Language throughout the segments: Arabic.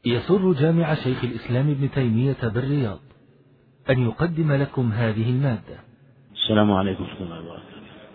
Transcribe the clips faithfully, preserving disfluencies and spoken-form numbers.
يسر جامع شيخ الإسلام ابن تيمية بالرياض أن يقدم لكم هذه المادة. السلام عليكم ورحمة الله وبركاته.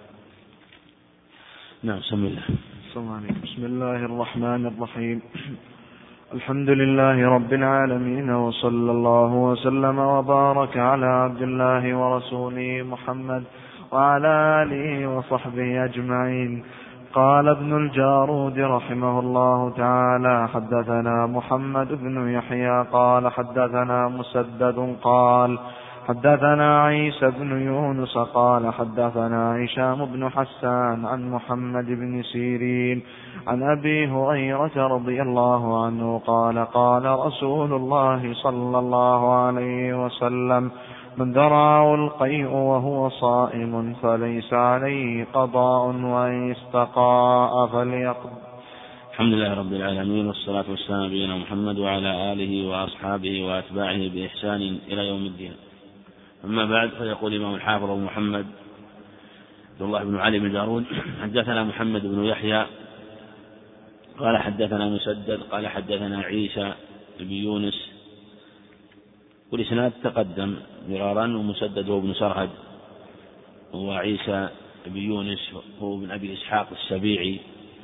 نعم بسم الله. السلام عليكم. بسم الله الرحمن الرحيم. الحمد لله رب العالمين، وصلى الله وسلم وبارك على عبد الله ورسوله محمد وعلى آله وصحبه أجمعين. قال ابن الجارود رحمه الله تعالى: حدثنا محمد بن يحيى قال حدثنا مسدد قال حدثنا عيسى بن يونس قال حدثنا هشام بن حسان عن محمد بن سيرين عن أبي هريرة رضي الله عنه قال: قال رسول الله صلى الله عليه وسلم: من ذرعه القيء وهو صائم فليس عليه قضاء، وإن استقاء فليقض. الحمد لله رب العالمين، والصلاة والسلام على نبينا محمد وعلى آله وأصحابه وأتباعه بإحسان إلى يوم الدين. أما بعد، فيقول الإمام الحافظ أبو محمد عبد الله بن علي بن جارود: حدثنا محمد بن يحيى قال حدثنا مسدد قال حدثنا عيسى بن يونس، والإسناد تقدم مرارا، ومسدد هو ابن سرهد، وعيسى بن يونس هو ابن أبي إسحاق السبيعي.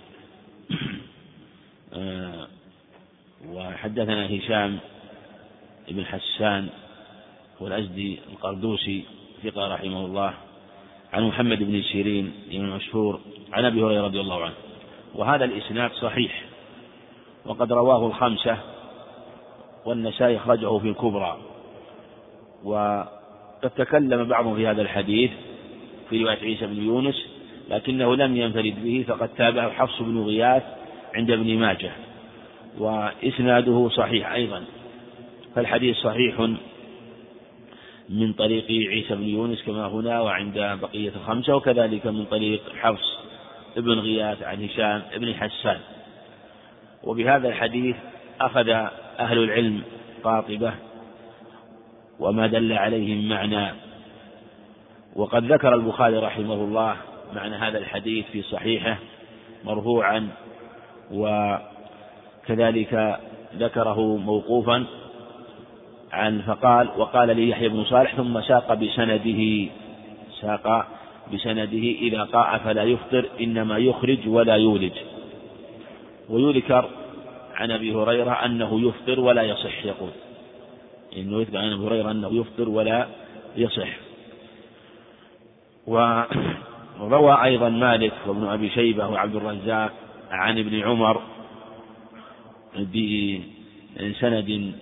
وحدثنا هشام بن حسان والأزدي القردوسي ثقة رحمه الله، عن محمد بن سيرين المشهور عن أبي هريرة رضي الله عنه. وهذا الإسناد صحيح، وقد رواه الخمسة، والنسائي أخرجه في الكبرى. وقد تكلم بعضهم في هذا الحديث في رواية عيسى بن يونس، لكنه لم ينفرد به، فقد تابعه حفص بن غياث عند ابن ماجه، وإسناده صحيح أيضا. فالحديث صحيح من طريق عيسى بن يونس كما هنا وعند بقية الخمسة، وكذلك من طريق حفص بن غياث عن هشام بن حسان. وبهذا الحديث أخذ أهل العلم قاطبة وما دل عليه من معنى. وقد ذكر البخاري رحمه الله معنى هذا الحديث في صحيحه مرفوعا، وكذلك ذكره موقوفا عن فقال: وقال لي يحيى بن صالح ثم ساق بسنده ساق بسنده إذا قاء فلا يفطر، إنما يخرج ولا يولج. ويذكر عن أبي هريرة أنه يفطر ولا يصح، يقول إنه يذكر عن أبي هريرة أنه يفطر ولا يصح. وروى أيضا مالك وابن أبي شيبة وعبد الرزاق عن ابن عمر بسند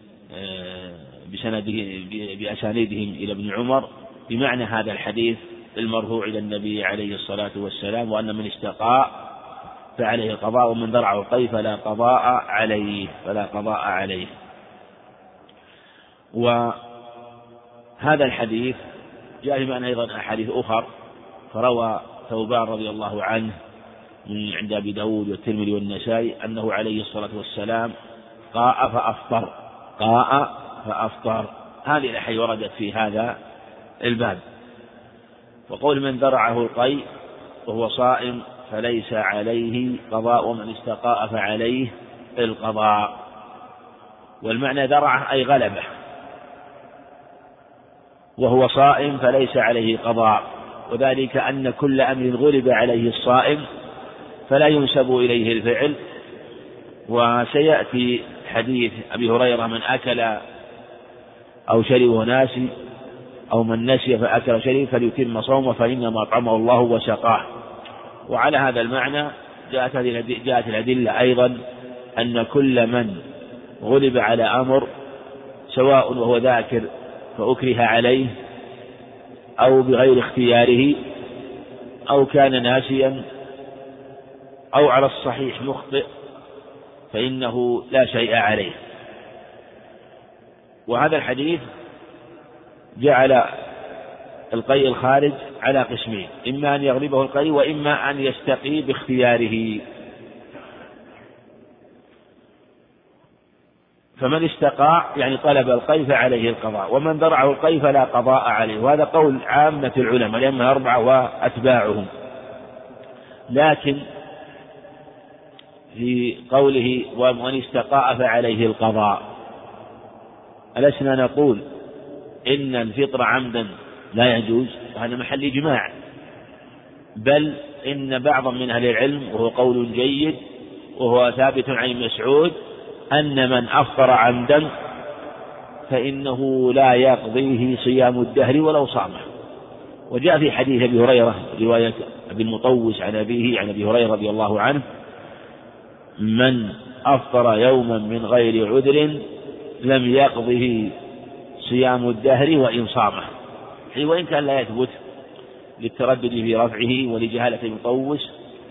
بسنده بأسانيدهم إلى ابن عمر بمعنى هذا الحديث المرفوع إلى النبي عليه الصلاة والسلام: وأن من استقاء فعليه القضاء، ومن ذرعه القيء فلا قضاء عليه فلا قضاء عليه. وهذا الحديث جاء معنا أيضا أحاديث أخر. فروى ثوبان رضي الله عنه من عند أبي داود والترمذي والنسائي أنه عليه الصلاة والسلام قاء فأفطر قاء فأفطر. هذه الأحاديث وردت في هذا الباب. وقول: من ذرعه القيء وهو صائم فليس عليه قضاء، ومن استقاء فعليه القضاء. والمعنى ذرعه أي غلبه، وهو صائم فليس عليه قضاء، وذلك أن كل أمر غلب عليه الصائم فلا ينسب إليه الفعل. وسيأتي حديث أبي هريرة: من أكل أو شرب وناسي، أو من نسي فأكل شرب فليتم صومه فإنما أطعمه الله وسقاه. وعلى هذا المعنى جاءت جاءت الأدلة أيضا أن كل من غلب على أمر، سواء وهو ذاكر فأكره عليه، أو بغير اختياره، أو كان ناسيا، أو على الصحيح مخطئ، فإنه لا شيء عليه. وهذا الحديث جعل القيء الخارج على قسمين: إما أن يغلبه القيء، وإما أن يستقي باختياره. فمن استقاع يعني طلب القيء فعليه القضاء، ومن ذرعه القيء فلا قضاء عليه. وهذا قول عامة العلماء لأنها أربعة وأتباعهم. لكن في قوله ومن استقاء فعليه القضاء، ألسنا نقول إن الفطر عمدا لا يجوز؟ وهذا محل إجماع، بل إن بعضا من أهل العلم وهو قول جيد وهو ثابت عن ابن مسعود أن من أفطر عمدا فإنه لا يقضيه صيام الدهر ولو صامه. وجاء في حديث أبي هريرة رواية أبي المطوس عن أبيه عن أبي هريرة رضي الله عنه من أفطر يوما من غير عذر لم يقضه صيام الدهر وإن صامه، وإن كان لا يثبت للتردد في رفعه ولجهالة المطوس،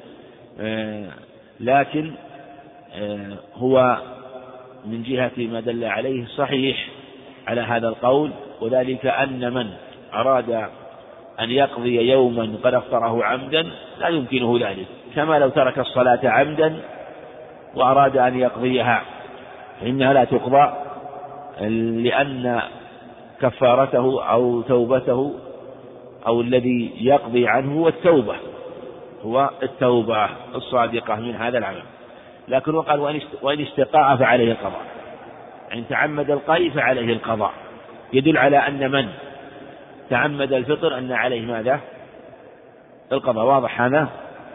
لكن هو من جهة ما دل عليه صحيح على هذا القول، وذلك أن من أراد أن يقضي يوما قد أفطره عمدا لا يمكنه ذلك، كما لو ترك الصلاة عمدا وأراد أن يقضيها فإنها لا تقضى، لأن كفارته أو توبته أو الذي يقضي عنه هو التوبة هو التوبة الصادقة من هذا العمل. لكن وقال وإن استقاء فعليه القضاء، يعني تعمد القيء فعليه القضاء، يدل على أن من تعمد الفطر أن عليه ماذا؟ القضاء. واضح هذا؟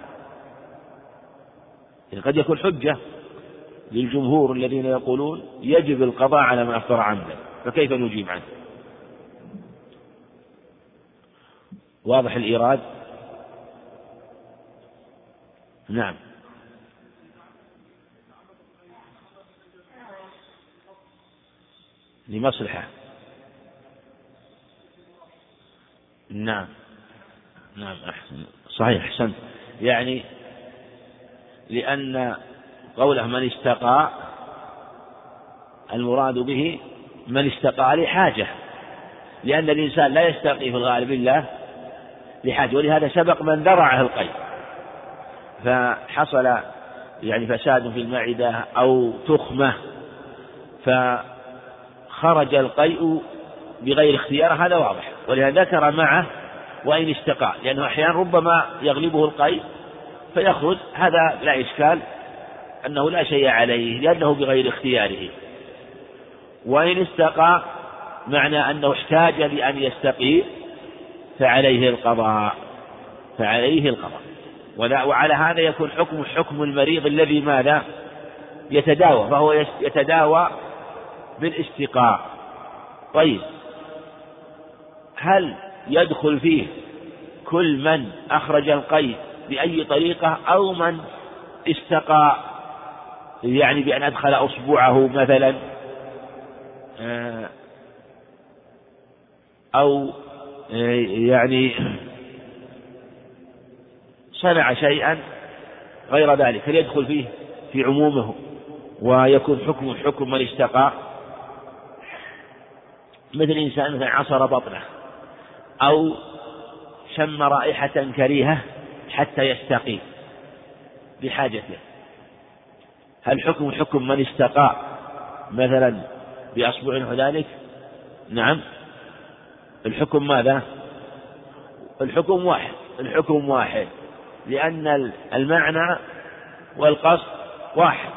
قد يكون حجة للجمهور الذين يقولون يجب القضاء على من أفطر عمدا، فكيف نجيب عنه؟ واضح الإيراد؟ نعم. لمصلحة. نعم نعم أحسن، صحيح أحسنت، يعني لأن قوله من استقى المراد به من استقى لحاجة، لأن الإنسان لا يستقي في الغالب إلا لحاجة، ولهذا سبق من ذرعه القيء فحصل يعني فساد في المعدة أو تخمة فخرج القيء بغير اختيار، هذا واضح، ولهذا ذكر معه وإن استقى، لأنه أحيانا ربما يغلبه القيء فيخرج، هذا لا إشكال أنه لا شيء عليه لأنه بغير اختياره. وإن استقى معنى أنه احتاج لأن يستقي فعليه القضاء فعليه القضاء وعلى هذا يكون حكم حكم المريض الذي ماذا يتداوى، فهو يتداوى بالاستقاء. طيب، هل يدخل فيه كل من أخرج القيء بأي طريقة أو من استقى يعني بأن أدخل أصبعه مثلا أو يعني صنع شيئا غير ذلك، هل يدخل فيه في عمومه ويكون حكم حكم من استقى؟ مثل إنسان مثلا عصر بطنه أو شم رائحة كريهة حتى يستقي بحاجته، هل حكم حكم من استقى مثلا بأصبع ذلك؟ نعم، الحكم ماذا؟ الحكم واحد الحكم واحد لأن المعنى والقصد واحد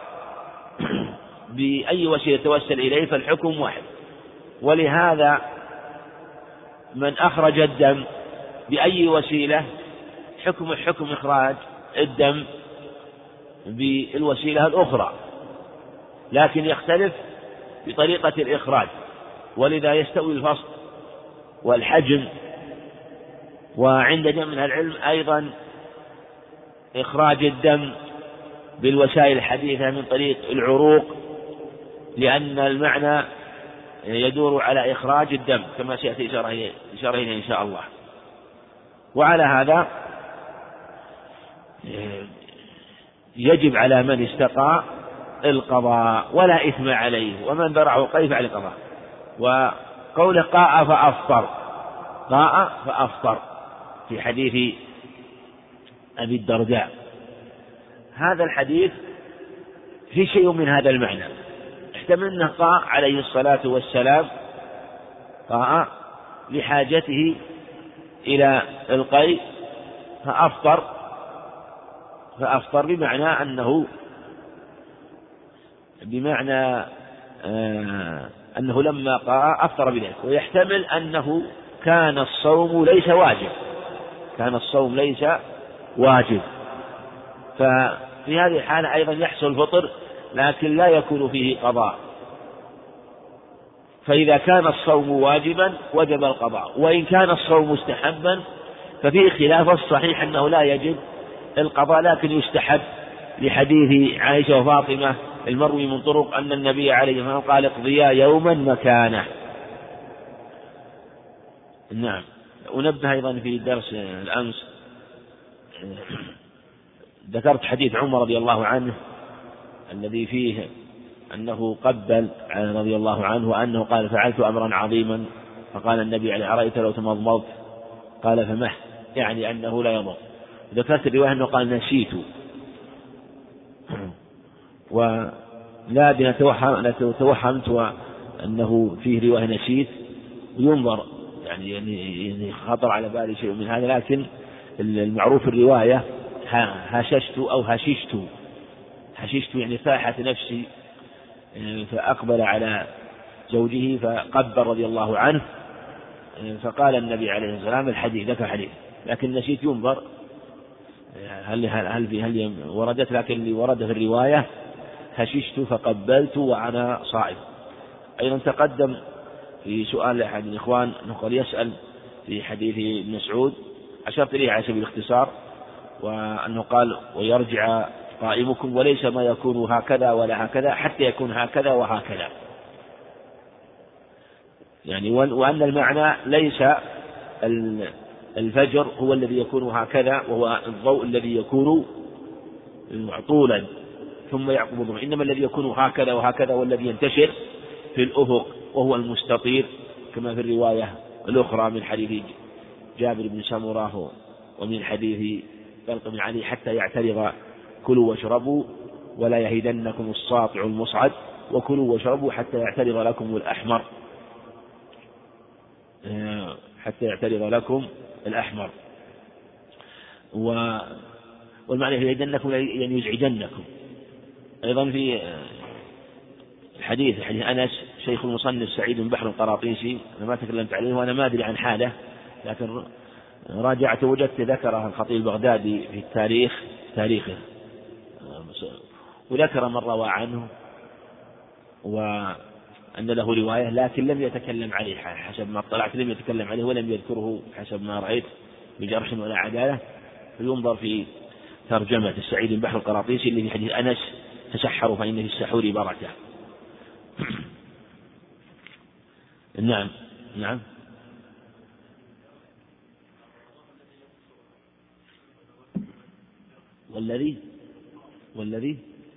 بأي وسيلة توسل إليه فالحكم واحد. ولهذا من أخرج الدم بأي وسيلة حكم حكم إخراج الدم بالوسيلة الأخرى، لكن يختلف بطريقة الإخراج، ولذا يستوي الفصل والحجم. وعند جمع من العلم أيضا إخراج الدم بالوسائل الحديثة من طريق العروق، لأن المعنى يدور على إخراج الدم كما سيأتي إشارة إليه إن شاء الله. وعلى هذا يجب على من استقى القضاء ولا إثم عليه، ومن ذرعه القيء فعليه القضاء. وقول قاء فأفطر قاء فأفطر في حديث أبي الدرداء، هذا الحديث في شيء من هذا المعنى، احتمل أنه قاء عليه الصلاة والسلام قاء لحاجته إلى القيء فأفطر فأفطر بمعنى أنه بمعنى آه أنه لما قرأ أفطر بذلك، ويحتمل أنه كان الصوم ليس واجب كان الصوم ليس واجب ففي هذه الحالة أيضا يحصل الفطر لكن لا يكون فيه قضاء. فإذا كان الصوم واجبا وجب القضاء، وإن كان الصوم مستحبا ففيه خلاف. الصحيح أنه لا يجب القضاء لكن يستحب، لحديث عائشة وفاطمة المروي من طرق أن النبي عليه الصلاة والسلام قال اقضيا يوما مكانه. نعم. ونبه أيضا في درس الأمس ذكرت حديث عمر رضي الله عنه الذي فيه أنه قبل رضي الله عنه وأنه قال فعلت أمرا عظيما، فقال النبي عليه أرأيت لو تمضمضت؟ قال فمه، يعني أنه لا يضر. ذكرت الرواية أنه قال نسيت، ولا بنا توهمت أنه فيه رواية نسيت وينظر يعني يعني خطر على بالي شيء من هذا، لكن المعروف الرواية هششت أو هششت هششت يعني فاحت نفسي، فأقبل على زوجه فقبل رضي الله عنه، فقال النبي عليه الصلاة والسلام الحديث ذكر حديث، لكن نسيت ينظر هل هل في هل وردت، لكن اللي ورد في الرواية هششت فقبلت وأنا صائم. أيضا تقدم في سؤال أحد الإخوان أنه قال يسأل في حديث ابن مسعود، أشرت إليه على سبيل الاختصار، وأنه قال ويرجع قائمكم وليس ما يكون هكذا ولا هكذا حتى يكون هكذا وهكذا، يعني وأن المعنى ليس الفجر هو الذي يكون هكذا وهو الضوء الذي يكون معطولا ثم يعقب الضوء، إنما الذي يكون هكذا وهكذا والذي ينتشر في الأفق وهو المستطير، كما في الرواية الأخرى من حديث جابر بن سمرة ومن حديث طلق بن علي حتى يعترض كلوا واشربوا ولا يهيدنكم الساطع المصعد وكلوا واشربوا حتى يعترض لكم الأحمر حتى يعترض لكم الأحمر والمعنى يهيدنكم يعني يزعجنكم. أيضا في الحديث حديث أنس شيخ المصنف سعيد بن بحر القراطيسي، أنا ما تكلمت عليه وأنا ما أدري عن حاله، لكن راجعت وجدت ذكرها الخطيب البغدادي في التاريخ تاريخه، وذكر من روى عنه وأن له رواية لكن لم يتكلم عليه حسب ما اطلعت، لم يتكلم عليه ولم يذكره حسب ما رأيت بجرح ولا عدالة. فينظر في ترجمة السعيد بن بحر القراطيسي اللي في حديث أنس تسحروا فإن في السحور بركة. نعم نعم والذي والذي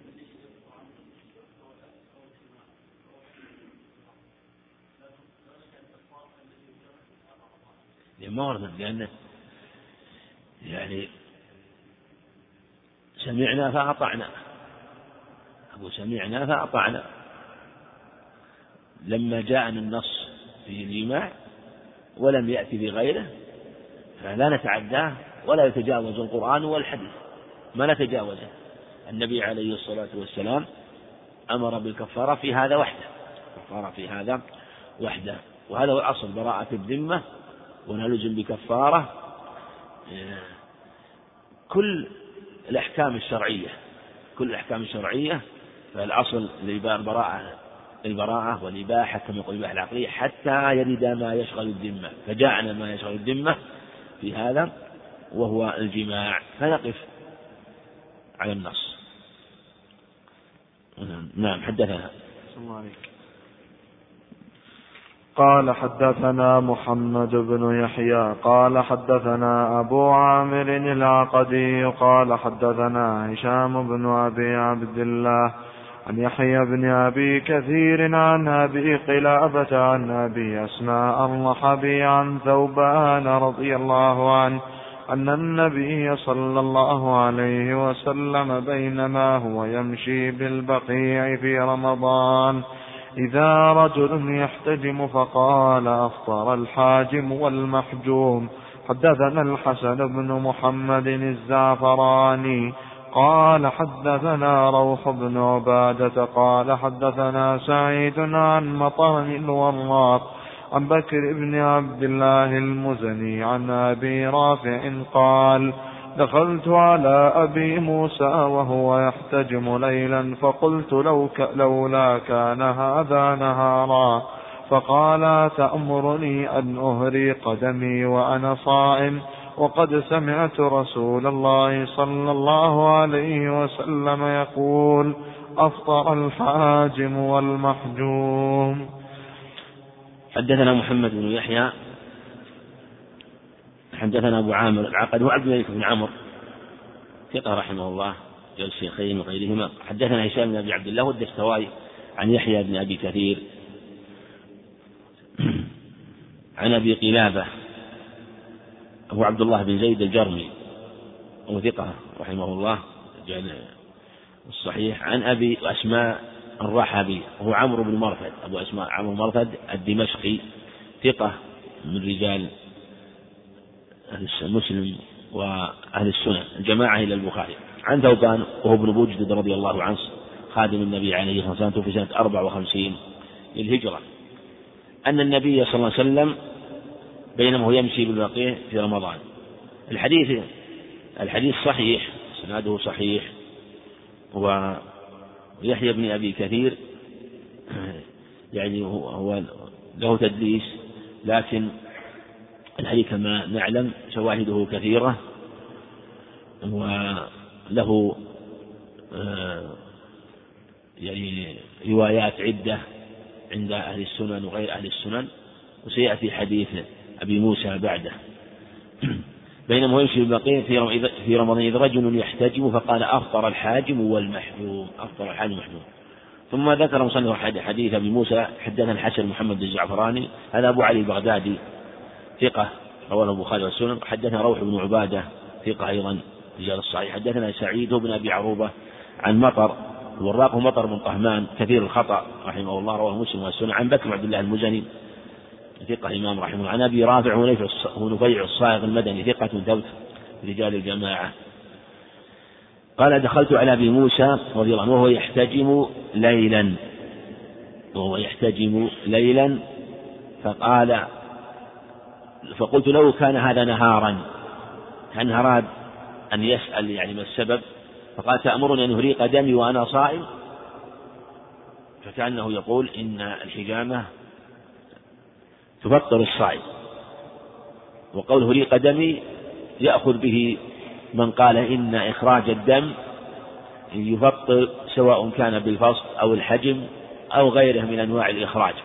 ما ورد، لأن يعني سمعنا فأطعنا، أبو سمعنا فأطعنا، لما جاءنا النص في الجماع ولم يأتي بغيره فلا نتعداه ولا يتجاوز القرآن والحديث، ما نتجاوزه. النبي عليه الصلاة والسلام أمر بالكفارة في هذا وحده، كفارة في هذا وحده، وهذا هو الأصل، براءة الذمة ونلزم بكفارة كل الأحكام الشرعية كل الأحكام الشرعية فالأصل البراءة البراءة والإباحة كما يقول الإباحة العقلية حتى يرد ما يشغل الذمة، فجاءنا ما يشغل الذمة في هذا وهو الجماع، فنقف على النص. نعم حدثنا. قال حدثنا محمد بن يحيى قال حدثنا أبو عامر العقدي قال حدثنا هشام بن أبي عبد الله عن يحيى بن أبي كثير عن أبي قلابة عن أبي أسماء الرحبي عن ثوبان رضي الله عنه أن النبي صلى الله عليه وسلم بينما هو يمشي بالبقيع في رمضان إذا رجل يحتجم فقال أفطر الحاجم والمحجوم. حدثنا الحسن بن محمد الزعفراني قال حدثنا روح بن عبادة قال حدثنا سعيد عن مطر الوراق عن بكر بن عبد الله المزني عن أبي رافع قال دخلت على أبي موسى وهو يحتجم ليلا فقلت لو ك... لولا كان هذا نهارا فقال تأمرني أن أهري قدمي وأنا صائم وقد سمعت رسول الله صلى الله عليه وسلم يقول أفطر الحاجم والمحجوم. حدثنا محمد بن يحيى حدثنا أبو عامر العقد وعبد الملك بن عمرو ثقة رحمه الله جل الشيخين وغيرهما. حدثنا هشام بن أبي عبد الله والدستوائي عن يحيى بن أبي كثير عن أبي قلابة أبو عبد الله بن زيد الجرمي وثقة رحمه الله الصحيح عن أبي أسماء الرحبي وهو عمرو بن مرثد أبو أسماء عمرو مرثد الدمشقي ثقة من رجال مسلم وأهل السنة الجماعة إلى البخاري. عن ثوبان وهو ابن بوجد رضي الله عنه خادم النبي عليه الصلاة والسلام توفي سنة أربع وخمسين للهجرة أن النبي صلى الله عليه وسلم بينما هو يمشي بالبقيع في رمضان. الحديث الحديث صحيح سناده صحيح ويحيى بن أبي كثير يعني هو له تدليس لكن الحديث كما نعلم شواهده كثيرة وله يعني روايات عدة عند أهل السنن وغير أهل السنن وسيأتي حديث أبي موسى بعده. بينما هو يمشي بالبقيع في رمضان إذ رجل يحتجم فقال أفطر الحاجم والمحجوم أفطر الحاجم والمحجوم. ثم ذكر مصنف حديث أبي موسى حدثنا الحسن محمد الزعفراني هذا أبو علي البغدادي ثقة رواه البخاري والسنن. حدثنا روح بن عبادة ثقة أيضا رجال الصحيح. حدثنا سعيد بن أبي عروبة عن مطر الوراق مطر بن طهمان كثير الخطأ رحمه الله رواه مسلم والسنن. عن بكر عبد الله المزني ثقة إمام رحمه الله. عن أبي رافع ونفيع الصائغ المدني ثقة ثبت رجال الجماعة قال دخلت على أبي موسى رضي الله عنه وهو يحتجم ليلا وهو يحتجم ليلا فقال فقلت له كان هذا نهارا كان أراد أن يسأل يعني ما السبب فقال تأمرني أن أهريق دمي وأنا صائم فكأنه يقول إن الحجامة تفطر الصائم وقول هريق دمي يأخذ به من قال إن إخراج الدم يفطر سواء كان بالفصل أو الحجم أو غيره من أنواع الإخراج.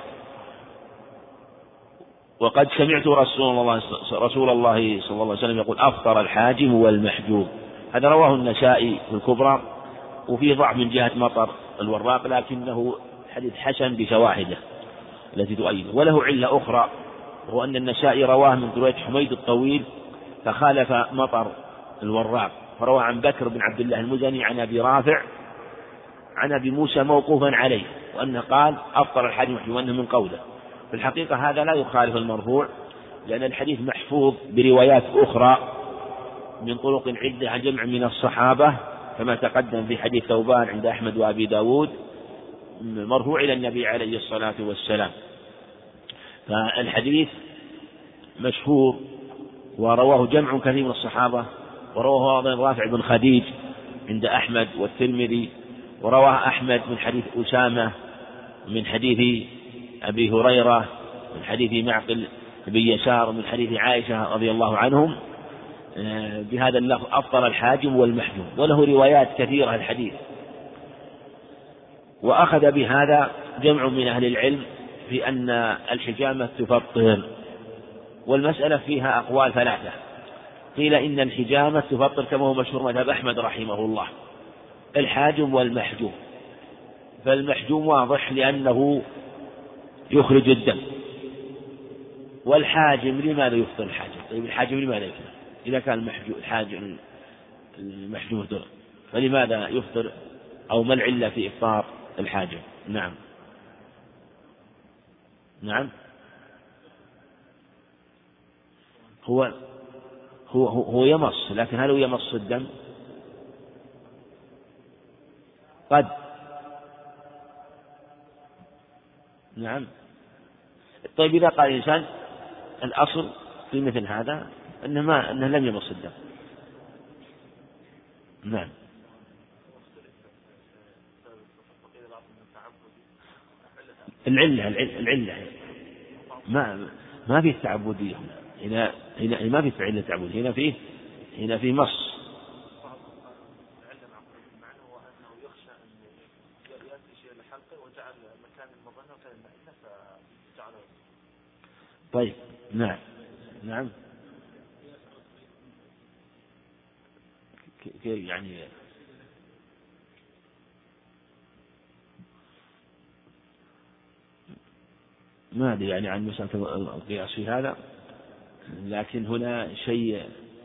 وقد سمعت رسول الله رسول الله صلى الله عليه وسلم يقول أفطر الحاجم والمحجوم. هذا رواه النسائي في الكبرى وفيه ضعف من جهة مطر الوراق لكنه حديث حسن بشواهده التي تؤيده. وله علة أخرى وهو أن النسائي رواه من رواية حميد الطويل فخالف مطر الوراق فروى عن بكر بن عبد الله المزني عن أبي رافع عن أبي موسى موقوفا عليه وأنه قال أفطر الحاجم والمحجوم وأنه من قوله. في الحقيقة هذا لا يخالف المرفوع لأن الحديث محفوظ بروايات أخرى من طرق عدة عن جمع من الصحابة كما تقدم في حديث ثوبان عند أحمد وأبي داود مرفوع إلى النبي عليه الصلاة والسلام. فالحديث مشهور ورواه جمع كثير من الصحابة ورواه أيضا رافع بن خديج عند أحمد والترمذي ورواه أحمد من حديث أسامة من حديث أبي هريرة من حديث معقل بن يسار من حديث عائشة رضي الله عنهم بهذا اللفظ أفطر الحاجم والمحجوم. وله روايات كثيرة الحديث. وأخذ بهذا جمع من أهل العلم في أن الحجامة تفطر والمسألة فيها أقوال ثلاثة. قيل إن الحجامة تفطر كما هو مشهور مذهب أحمد رحمه الله الحاجم والمحجوم. فالمحجوم واضح لأنه يخرج الدم والحاجم لماذا يفطر الحاجم؟ طيب الحاجم لماذا يفطر؟ إذا كان المحجوم الحاجم المحجوم يفطر فلماذا يفطر أو ما العلة في إفطار الحاجم؟ نعم نعم هو هو هو يمص لكن هل هو يمص الدم؟ قد. نعم. طيب إذا قال الإنسان الأصل في مثل هذا أنه, ما أنه لم يمص الدم. نعم. العلة العلة ما ما فيه تعبدية هنا. هنا ما فيه علة تعبد. هنا فيه هنا فيه مص. طيب. نعم. نعم. كيف يعني؟ ما أدري يعني عن مسألة القياس في هذا، لكن هنا شيء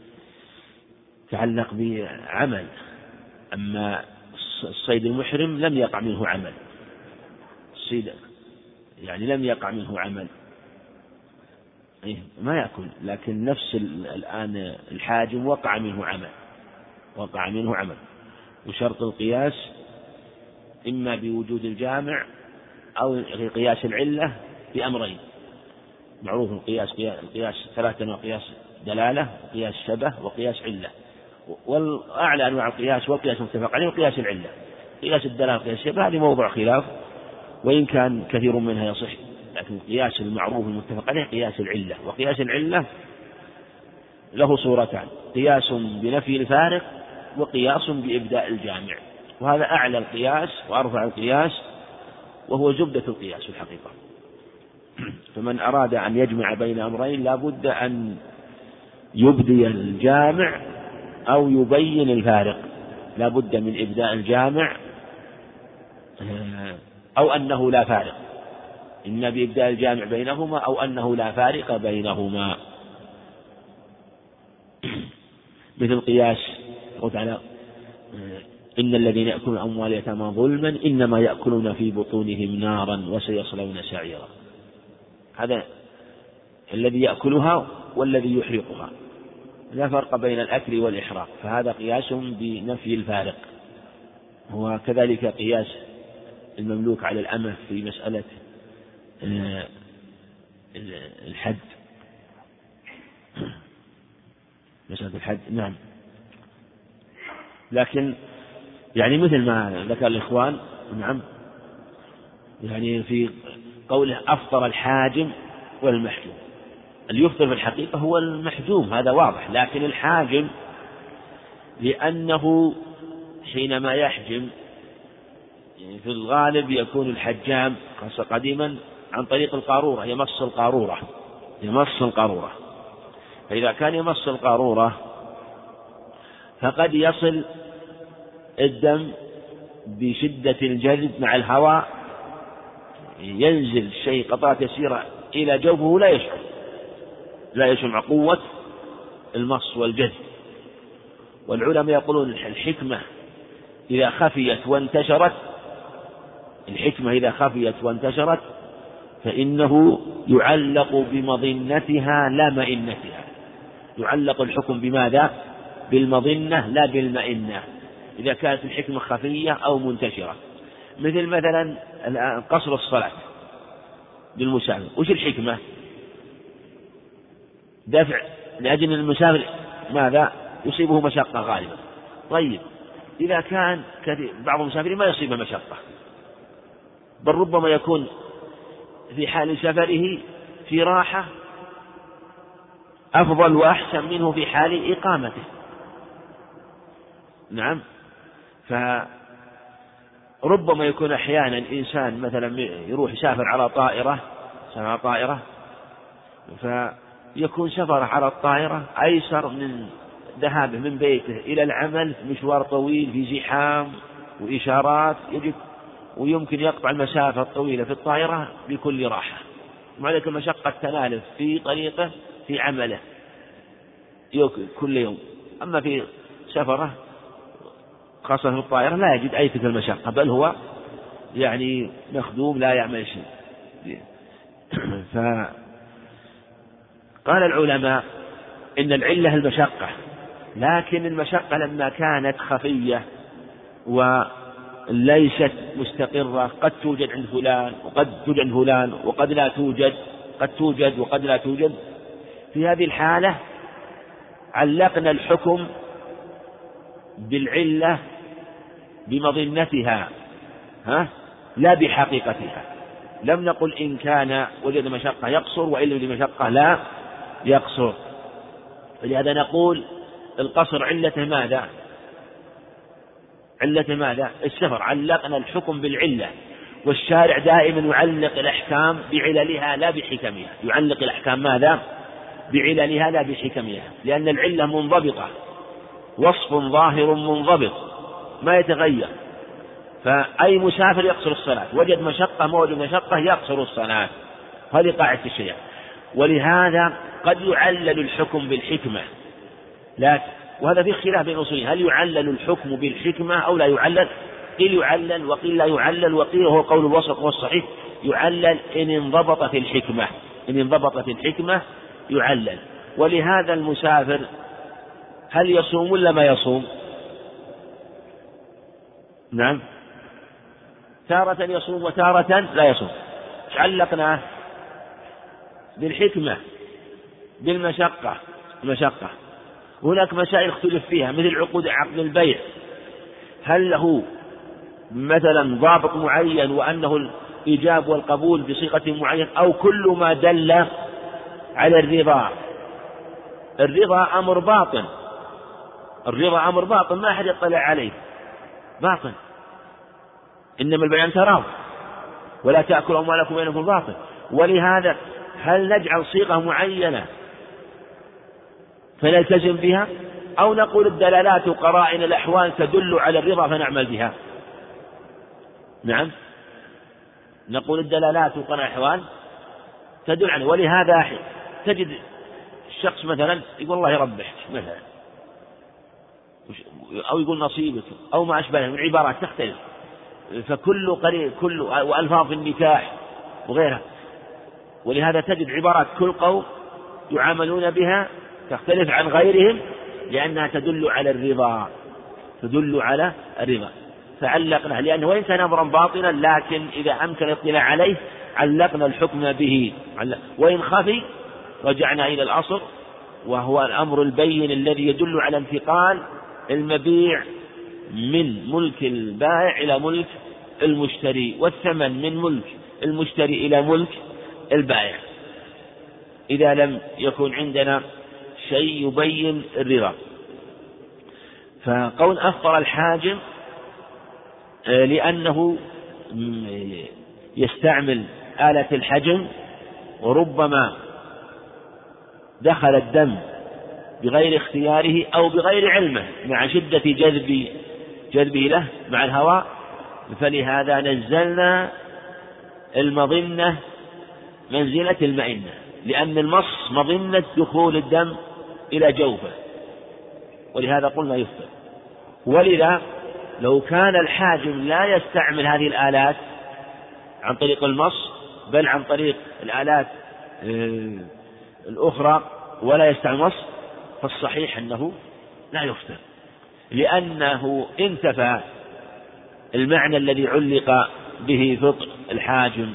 يتعلق بعمل. أما الصيد المحرم لم يقع منه عمل. الصيد يعني لم يقع منه عمل، ما يأكل. لكن نفس الآن الحاجم وقع منه عمل، وقع منه عمل. وشرط القياس إما بوجود الجامع أو قياس العلة بأمرين. معروف القياس القياس ثلاثة أنواع: قياس دلالة، وقياس شبه، وقياس علة. والأعلى أنواع القياس والقياس المتفق عليه وقياس العلة. قياس الدلالة وقياس الشبه هذه موضوع خلاف، وإن كان كثير منها يصح، لكن القياس المعروف المتفق عليه قياس العلة. وقياس العلة له صورتان: قياس بنفي الفارق، وقياس بإبداء الجامع. وهذا أعلى القياس وأرفع القياس، وهو زبدة القياس في الحقيقة. فمن أراد أن يجمع بين أمرين لا بد أن يبدي الجامع أو يبين الفارق. لا بد من إبداء الجامع أو أنه لا فارق، إما بإبداء الجامع بينهما أو أنه لا فارق بينهما. مثل قياس قل تعالى: إن الذين يأكلون أموال اليتامى ظلما إنما يأكلون في بطونهم نارا وسيصلون سعيرا. هذا الذي يأكلها والذي يحرقها، لا فرق بين الأكل والإحراق، فهذا قياس بنفي الفارق. هو كذلك قياس المملوك على الأمة في مسألة الحد، مسألة الحد. نعم. لكن يعني مثل ما ذكر الإخوان، نعم، يعني في قوله أفطر الحاجم والمحجوم، اللي يفطر في الحقيقة هو المحجوم، هذا واضح. لكن الحاجم لأنه حينما يحجم في الغالب يكون الحجام خاصة قديما عن طريق القارورة، يمص القارورة يمص القارورة فإذا كان يمص القارورة فقد يصل الدم بشدة الجذب مع الهواء، ينزل شيء قطرات يسيرة إلى جوفه لا يشعر لا يشعر مع قوة المص والجذب. والعلماء يقولون الحكمة إذا خفيت وانتشرت الحكمة إذا خفيت وانتشرت فإنه يعلق بمظنتها لا مئنتها. يعلق الحكم بماذا؟ بالمظنة لا بالمئنة، إذا كانت الحكمة خفية أو منتشرة. مثل مثلا قصر الصلاة بالمسافر، وش الحكمة؟ دفع لأجل المسافر ماذا؟ يصيبه مشقة غالبا. طيب إذا كان بعض المسافرين ما يصيبه مشقة، بل ربما يكون في حال سفره في راحة أفضل وأحسن منه في حال إقامته. نعم. فربما يكون أحيانا إنسان مثلا يروح يسافر على طائرة سافر على طائرة فيكون سفره على الطائرة أيسر من ذهابه من بيته إلى العمل، مشوار طويل في زحام وإشارات يجب ويمكن يقطع المسافة الطويلة في الطائرة بكل راحة، مع ذلك المشقة تناله في طريقه في عمله كل يوم. أما في سفره خاصة في الطائرة لا يجد أي تلك المشقة، بل هو يعني مخدوم لا يعمل شيء. فقال العلماء إن العلة المشقة، لكن المشقة لما كانت خفية ليست مستقرة، قد توجد عند فلان وقد توجد عند فلان وقد لا توجد، قد توجد وقد لا توجد. في هذه الحالة علقنا الحكم بالعلة بمظنتها ها لا بحقيقتها. لم نقل إن كان وجد مشقة يقصر وإن وجد مشقة لا يقصر. ولهذا نقول القصر علته ماذا؟ علة ماذا؟ السفر. علقنا الحكم بالعلة، والشارع دائما يعلق الأحكام بعللها لا بحكمها. يعلق الأحكام ماذا؟ بعللها لا بحكمها، لأن العلة منضبطة، وصف ظاهر منضبط ما يتغير. فأي مسافر يقصر الصلاة، وجد مشقة ما وجد مشقة يقصر الصلاة. هذه قاعدة الشريعة. ولهذا قد يعلل الحكم بالحكمة، لا وهذا في خلاف بين الأصوليين، هل يعلل الحكم بالحكمة أو لا يعلل؟ قيل يعلل وقيل لا يعلل، وقيل هو قول الوسط والصحيح يعلل إن انضبطت الحكمة، إن انضبطت الحكمة يعلل. ولهذا المسافر هل يصوم ولا ما يصوم؟ نعم، تارة يصوم وتارة لا يصوم. علقناه بالحكمة بالمشقة المشقة. هناك مسائل اختلف فيها مثل عقود عقد البيع، هل له مثلا ضابط معين وأنه الإيجاب والقبول بصيغة معين، أو كل ما دل على الرضا؟ الرضا أمر باطن، الرضا أمر باطن ما أحد يطلع عليه، باطن. إنما البيع تراض ولا تأكل أموالكم بينكم باطل. ولهذا هل نجعل صيغة معينة فنلتزم بها، أو نقول الدلالات وقرائن الأحوال تدل على الرضا فنعمل بها؟ نعم، نقول الدلالات وقرائن الأحوال تدل عليه. ولهذا تجد الشخص مثلا يقول الله يربحك مثلا، أو يقول نصيبك أو ما أشبه من عبارات تختلف، فكل قريب كل وألفاظ النكاح وغيرها. ولهذا تجد عبارات كل قوم يعاملون بها تختلف عن غيرهم لأنها تدل على الرضا، تدل على الرضا. فعلقنا لأنه وإن كان أمرا باطلا لكن إذا أمكن الاطلاع عليه علقنا الحكم به. وإن خفي رجعنا إلى الأصل، وهو الأمر البين الذي يدل على انتقال المبيع من ملك البائع إلى ملك المشتري، والثمن من ملك المشتري إلى ملك البائع، إذا لم يكن عندنا شيء يبين الرضا. فقول أفطر الحاجم لأنه يستعمل آلة الحجم، وربما دخل الدم بغير اختياره أو بغير علمه مع شدة جذب جذبه له مع الهواء، فلهذا نزلنا المظنة منزلة المئنة، لأن المص مظنة دخول الدم إلى جوفه، ولهذا قلنا يفطر. ولذا لو كان الحاجم لا يستعمل هذه الآلات عن طريق المص بل عن طريق الآلات الأخرى ولا يستعمل المص، فالصحيح أنه لا يفطر، لأنه انتفى المعنى الذي علق به فطر الحاجم.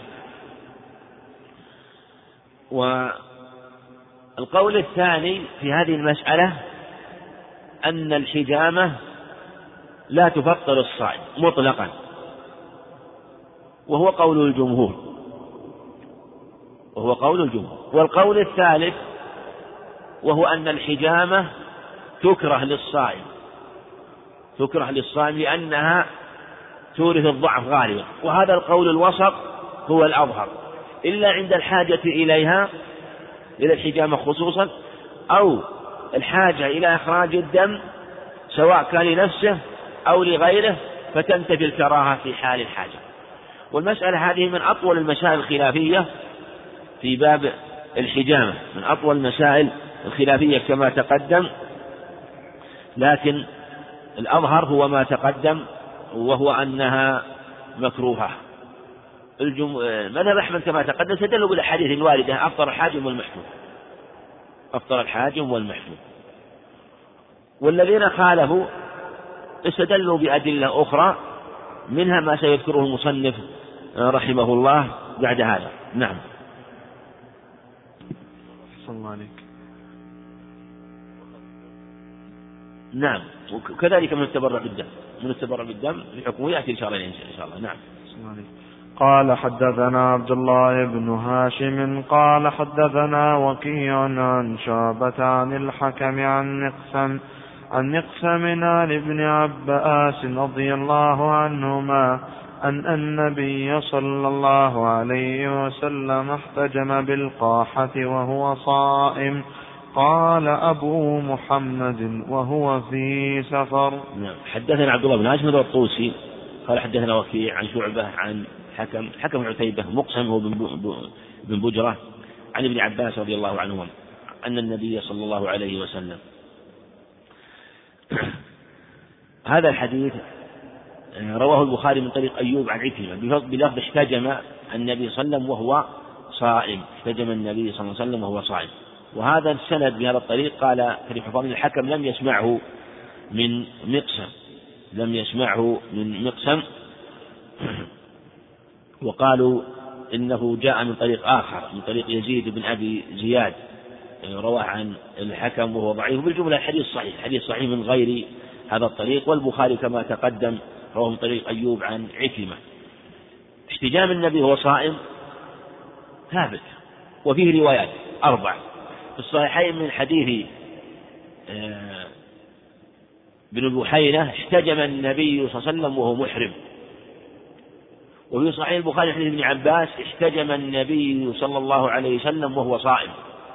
والقول الثاني في هذه المسألة أن الحجامة لا تفطر الصائم مطلقا، وهو قول الجمهور وهو قول الجمهور والقول الثالث وهو أن الحجامة تكره للصائم تكره للصائم لأنها تورث الضعف غالبا، وهذا القول الوسط هو الأظهر، إلا عند الحاجة إليها إلى الحجامة خصوصا، أو الحاجة إلى إخراج الدم سواء كان لنفسه أو لغيره فتنتفي الكراهة في حال الحاجة. والمسألة هذه من أطول المسائل الخلافية في باب الحجامة، من أطول المسائل الخلافية كما تقدم، لكن الأظهر هو ما تقدم وهو أنها مكروهة. مذهب أحمد كما تقدم استدلوا بالأحاديث الواردة أفطر الحاجم والمحجوم أفطر الحاجم والمحجوم والذين خالفوا استدلوا بأدلة أخرى منها ما سيذكره المصنف رحمه الله بعد هذا. نعم. صلى الله عليك. نعم. وكذلك من التبرع بالدم، من التبرع بالدم الحكم يأتي إن شاء الله إن شاء الله. نعم. قال حدثنا عبد الله بن هاشم قال حدثنا وكيع عن شعبة عن الحكم عن مقسم عن مقسم عن ابن عباس رضي الله عنهما أن النبي صلى الله عليه وسلم احتجم بالقاحة وهو صائم. قال أبو محمد وهو في سفر. نعم. حدثنا عبد الله بن هاشم الطوسي قال حدثنا وكيع عن شعبة عن حكم حكم عتيبة مقسم هو بن بجرة عن ابن عباس رضي الله عنهما أن النبي صلى الله عليه وسلم. هذا الحديث رواه البخاري من طريق أيوب عن عكرمة بلفظ احتجم النبي صلى الله عليه وسلم وهو صائم. احتجم النبي صلى الله عليه وسلم وهو صائم. وهذا السند بهذا الطريق قال كريم حفاظ الحكم لم يسمعه من مقسم لم يسمعه من مقسم وقالوا إنه جاء من طريق آخر من طريق يزيد بن أبي زياد رواه عن الحكم وهو ضعيف. بالجملة الحديث صحيح، الحديث صحيح من غير هذا الطريق. والبخاري كما تقدم رواه من طريق أيوب عن عكرمة. احتجام النبي وهو صائم ثابت وفيه روايات أربع في الصحيحين من حديث بن بحينة احتجم النبي صلى الله عليه وسلم وهو محرم. وفي صحيح البخاري حديث ابن عباس احتجم النبي صلى الله عليه وسلم وهو صائم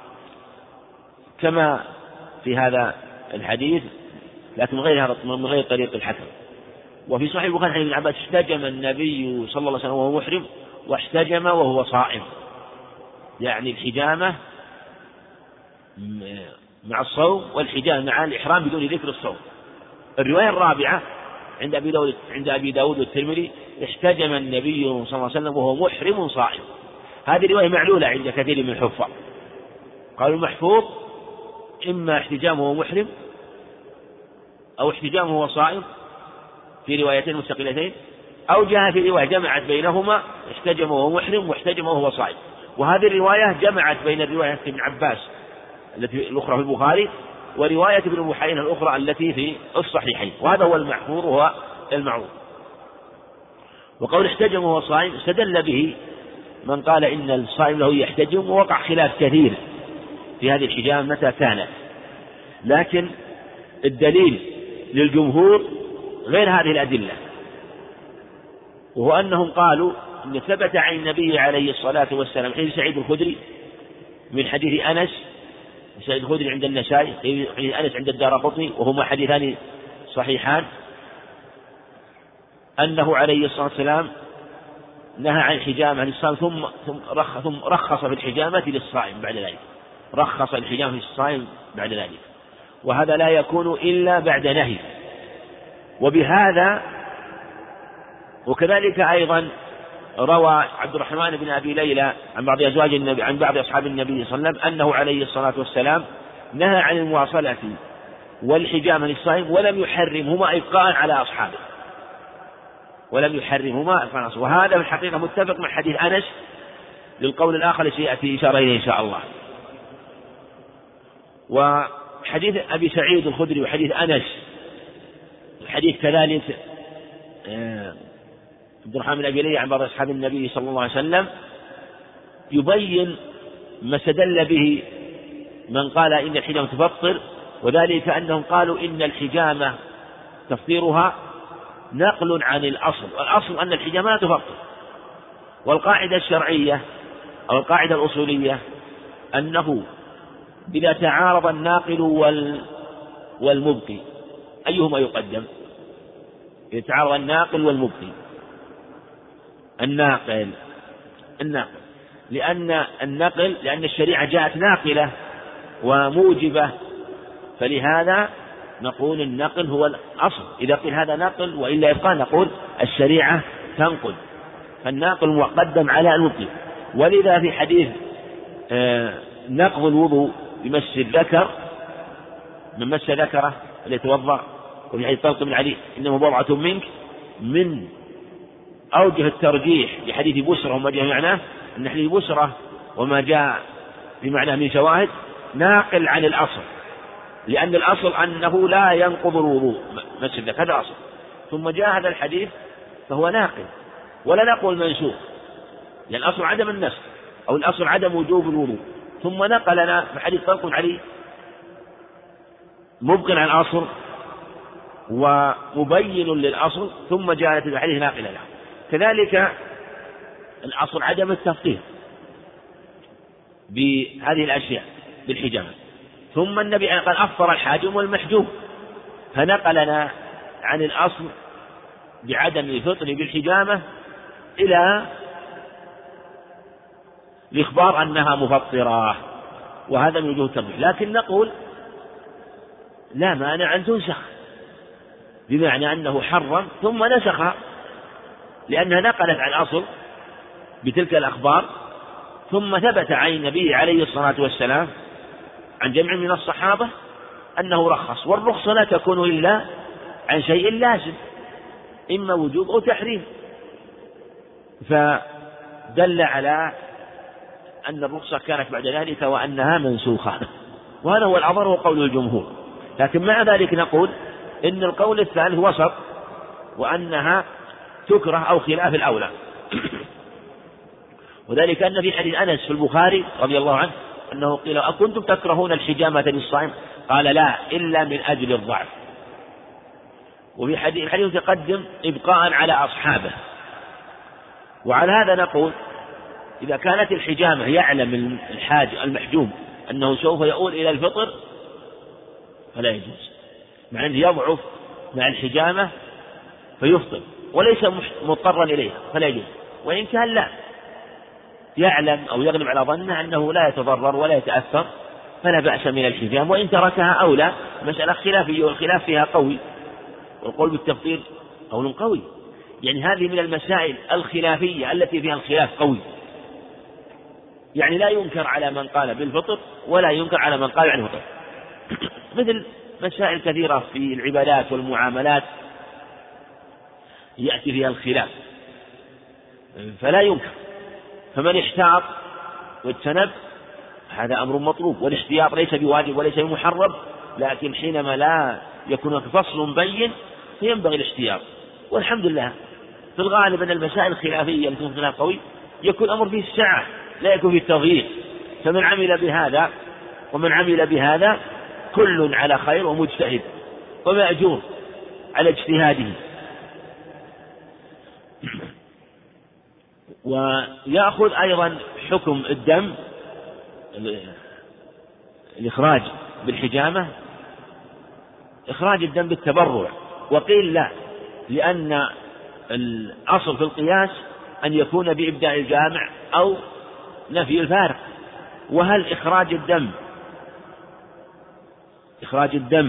كما في هذا الحديث لكن من غير هذا من غير طريق الحكم. وفي صحيح البخاري حديث ابن عباس احتجم النبي صلى الله عليه وسلم وهو محرم واحتجم وهو صائم، يعني الحجامة مع الصوم والحجامة مع الإحرام بدون ذكر الصوم. الرواية الرابعة عند أبي داود عند أبي داود والترمذي احتجم النبي صلى الله عليه وسلم وهو محرم صائم. هذه الرواية معلولة عند كثير من الحفاظ. قالوا المحفوظ إما احتجامه وهو محرم أو احتجامه وهو صائم في روايتين مستقلتين، أو جاء في رواية جمعت بينهما احتجم وهو محرم واحتجم وهو صائم. وهذه الرواية جمعت بين الرواية ابن عباس التي الأخرى في البخاري ورواية ابن بحينة الأخرى التي في الصحيحين، وهذا هو المحفوظ وهو المعروف. وقول احتجم وهو صائم استدل به من قال إن الصائم له يحتجم، ووقع خلاف كثير في هذه الحجامة متى كانت، لكن الدليل للجمهور غير هذه الأدلة، وهو أنهم قالوا أن ثبت عن النبي عليه الصلاة والسلام حديث سعيد الخدري من حديث أنس، سعيد الخدري عند النسائي، حديث أنس عند الدارقطني، وهما حديثان صحيحان، أنه عليه الصلاة والسلام نهى عن الحجامة للصائم ثم ثم رخص في الحجامة للصائم بعد ذلك، رخص الحجامة للصائم بعد ذلك، وهذا لا يكون إلا بعد نهي. وبهذا وكذلك أيضا روى عبد الرحمن بن أبي ليلى عن بعض أزواج النبي عن بعض أصحاب النبي صلى الله عليه وسلم أنه عليه الصلاة والسلام نهى عن المواصلة والحجامة للصائم ولم يحرمهما إبقاء على أصحابه، ولم يحرمهما إبقاء على أصحابه. وهذا في الحقيقة متفق مع حديث أنس للقول الآخر الذي سيأتي إشارة إليه إن شاء الله. وحديث أبي سعيد الخدري وحديث أنس الحديث كذلك عبد الرحمن بن أبي ليلى عن بعض أصحاب النبي صلى الله عليه وسلم يبين ما استدل به من قال إن الحجامة تفطر، وذلك أنهم قالوا إن الحجامة تفطيرها نقل عن الأصل، والأصل أن الحجامة لا تفطر. والقاعدة الشرعية أو القاعدة الأصولية أنه إذا تعارض الناقل والمبقي أيهما يقدم؟ إذا تعارض الناقل والمبقي الناقل الناقل لأن النقل لأن الشريعة جاءت ناقلة وموجبة، فلهذا نقول النقل هو الأصل. إذا قيل هذا نقل وإلا يبقى نقول الشريعة تنقل، فالناقل مقدم على المبقي. ولذا في حديث نقض الوضوء بمس الذكر من مس ذكره ليتوضأ، وفي حديث طلق بن علي إنه بضعة منك من أوجه الترجيح لحديث بسرة وما جاء معناه أن حديث بسرة وما جاء بمعناه من شواهد ناقل عن الأصل، لأن الأصل أنه لا ينقض الوضوء مس الذكر، هذا أصل، ثم جاء هذا الحديث فهو ناقل ولا نقول منسوخ، لأن الأصل عدم النسخ أو الأصل عدم وجوب الوضوء، ثم نقلنا بحديث طلق عليه مبقٍ عن الأصل ومبين للأصل، ثم جاءت الحديث ناقلة له. كذلك الأصل عدم التفقيه بهذه الأشياء بالحجامة، ثم النبي قال أفطر الحاجم والمحجوم، فنقلنا عن الأصل بعدم الفطر بالحجامة إلى الإخبار أنها مفطرة، وهذا من وجوه الترجيح. لكن نقول لا مانع أن تنسخ، بمعنى أنه حرم ثم نسخ، لأنها نقلت عن الأصل بتلك الأخبار، ثم ثبت عن النبي عليه الصلاة والسلام عن جمع من الصحابة أنه رخص، والرخصة لا تكون إلا عن شيء لازم، إما وجوب أو تحريم، فدل على أن الرخصة كانت بعد ذلك وأنها منسوخة، وهذا هو الأظهر وقول الجمهور. لكن مع ذلك نقول إن القول الثالث وسط، وأنها تكره أو خلاف الأولى، وذلك أن في حديث أنس في البخاري رضي الله عنه أنه قيل أكنتم تكرهون الحجامة للصائم؟ قال لا إلا من أجل الضعف. وفي حديث الحديث تقدم إبقاء على أصحابه. وعلى هذا نقول إذا كانت الحجامة يعلم الحاج المحجوم أنه سوف يؤول إلى الفطر فلا يجوز، مع أنه يضعف مع الحجامة فيفطر وليس مضطرا إليها فلا يجوز، وإن كان لا يعلم أو يغلب على ظنه أنه لا يتضرر ولا يتأثر فلا بأس من الحجام، وإن تركها أو لا مسألة خلافية، والخلاف فيها قوي، والقول بالتفطير قول قوي، يعني هذه من المسائل الخلافية التي فيها الخلاف قوي، يعني لا ينكر على من قال بالفطر ولا ينكر على من قال عن الفطر، مثل مسائل كثيرة في العبادات والمعاملات يأتي فيها الخلاف فلا ينكر، فمن احتاط واجتنب هذا أمر مطلوب، والاحتياط ليس بواجب وليس بمحرم، لكن حينما لا يكون هناك فصل بين فينبغي الاحتياط. والحمد لله في الغالب أن المسائل الخلافية التي فيها خلاف قوي يكون الأمر فيه السعة لا يكون فيه التغيير، فمن عمل بهذا ومن عمل بهذا كل على خير ومجتهد ومأجور على اجتهاده. ويأخذ أيضا حكم الدم الإخراج بالحجامة إخراج الدم بالتبرع، وقيل لا، لأن الأصل في القياس أن يكون بإبداء الجامع أو نفي الفارق. وهل إخراج الدم إخراج الدم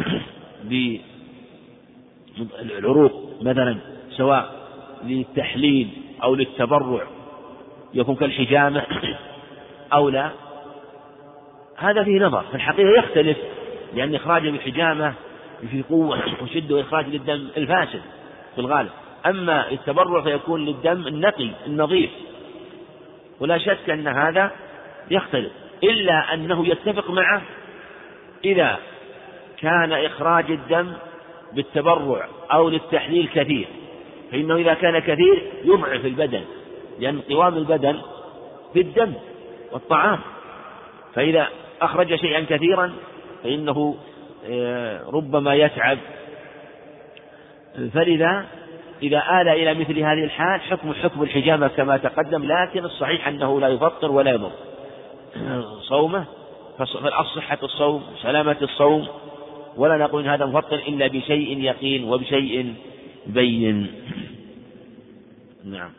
بالعروق مثلا سواء للتحليل أو للتبرع يكون كالحجامة أو لا، هذا فيه نظر، في الحقيقة يختلف، لأن إخراج بالحجامة في قوة وشدة وإخراج للدم الفاسد في الغالب، أما التبرع فيكون للدم النقي النظيف، ولا شك أن هذا يختلف، إلا أنه يتفق معه إذا كان إخراج الدم بالتبرع أو للتحليل كثير، فإنه إذا كان كثير يضعف البدن، لأن قوام البدن في الدم والطعام، فإذا أخرج شيئا كثيرا فإنه ربما يتعب، فلذا إذا آل إلى مثل هذه الحال حكم حكم الحجامة كما تقدم، لكن الصحيح أنه لا يفطر ولا يضر صومه، فالأصل صحة الصوم سلامة الصوم، ولا نقول هذا مفطر إلا بشيء يقين وبشيء بين. نعم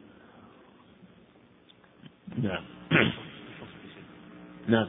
نعم نعم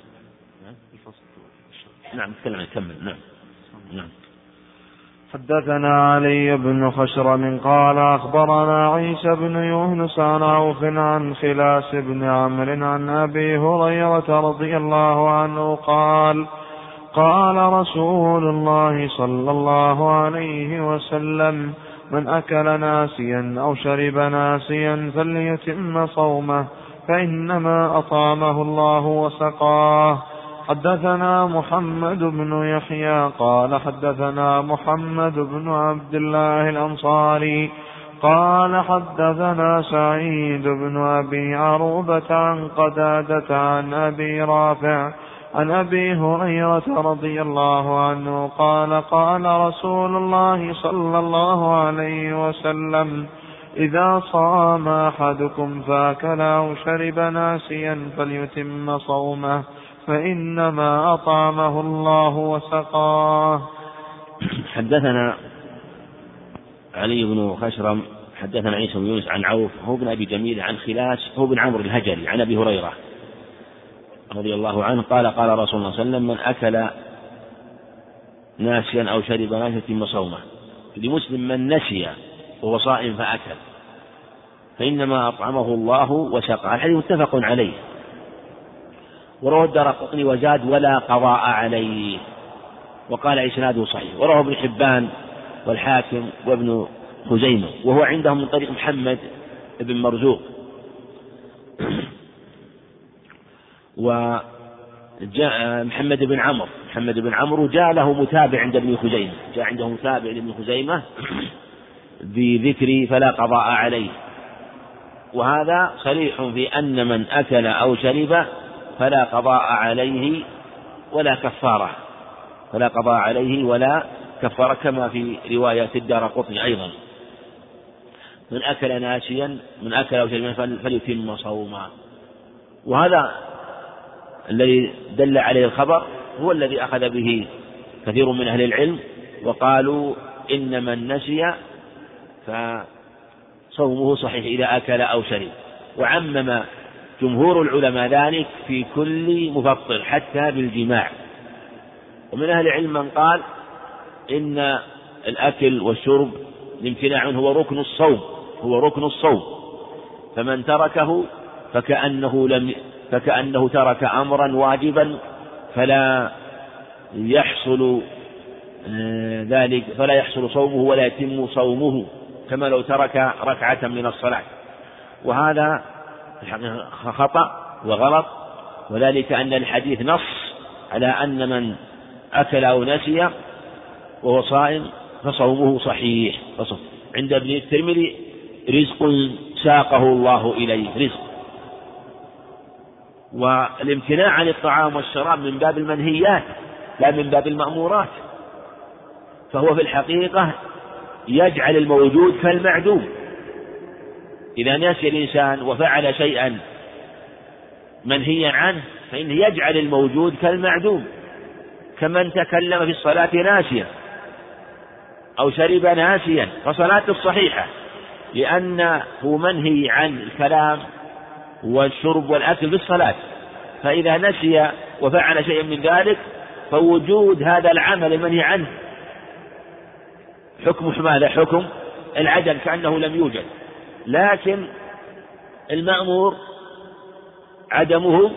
نعم نتكلم نكمل. نعم نعم. حدثنا علي بن خشرم قال أخبرنا عيسى بن يونس عن عوف عن خلاس بن عمرو عن أبي هريرة رضي الله عنه قال قال رسول الله صلى الله عليه وسلم من أكل ناسيا أو شرب ناسيا فليتم صومه فإنما أطعمه الله وسقاه. حدثنا محمد بن يحيى قال حدثنا محمد بن عبد الله الأنصاري قال حدثنا سعيد بن أبي عروبة عن قتادة عن أبي رافع عن أبي هريرة رضي الله عنه قال قال رسول الله صلى الله عليه وسلم إذا صام أحدكم فأكل أو شرب ناسيا فليتم صومه فإنما أطعمه الله وسقاه. حدثنا علي بن خشرم حدثنا عيسى بن يونس عن عوف هو بن أبي جميل عن خلاس هو بن عمرو الهجري عن أبي هريرة رضي الله عنه قال قال رسول الله صلى الله عليه وسلم من أكل ناسيا أو شرب ناسيا يتم صومه. لمسلم من نسي وهو صائم فأكل فإنما أطعمه الله وسقاه. الحديث متفق عليه. وروى الدارقطني وزاد ولا قضاء عليه وقال إسناده صحيح. وروى ابن حبان والحاكم وابن خزيمة وهو عندهم من طريق محمد بن مرزوق. وجاء محمد بن عمرو محمد بن عمرو جاء له متابع عند ابن خزيمة جاء عنده متابع لابن خزيمة بذكر فلا قضاء عليه. وهذا صريح في أن من أكل أو شرب فلا قضاء عليه ولا كفارة فلا قضاء عليه ولا كفارة كما في رواية الدارقطني أيضا. من أكل ناسيا من أكل أو شرب فليتم صومه. وهذا الذي دل عليه الخبر هو الذي أخذ به كثير من أهل العلم وقالوا إن من نسي فصومه صحيح إذا أكل أو شرب. وعمم جمهور العلماء ذلك في كل مفطر حتى بالجماع. ومن أهل العلم من قال إن الأكل والشرب الامتناع هو ركن الصوم هو ركن الصوم فمن تركه فكأنه لم فكأنه ترك أمرا واجبا فلا يحصل ذلك فلا يحصل صومه ولا يتم صومه كما لو ترك ركعة من الصلاة. وهذا خطأ وغلط. وذلك أن الحديث نص على أن من أكل أو نسي وهو صائم فصومه صحيح. عند ابن الترمذي رزق ساقه الله إليه رزق. والامتناع عن الطعام والشراب من باب المنهيات لا من باب المأمورات. فهو في الحقيقة يجعل الموجود كالمعدوم. إذا نسي الإنسان وفعل شيئا منهيا عنه فإنه يجعل الموجود كالمعدوم كمن تكلم في الصلاة ناسيا أو شرب ناسيا فصلاة الصحيحة لأنه منهي عن الكلام والشرب والأكل في الصلاة. فإذا نسي وفعل شيئا من ذلك فوجود هذا العمل المنهي عنه حكم ماذا؟ حكم العدم كأنه لم يوجد. لكن المأمور عدمه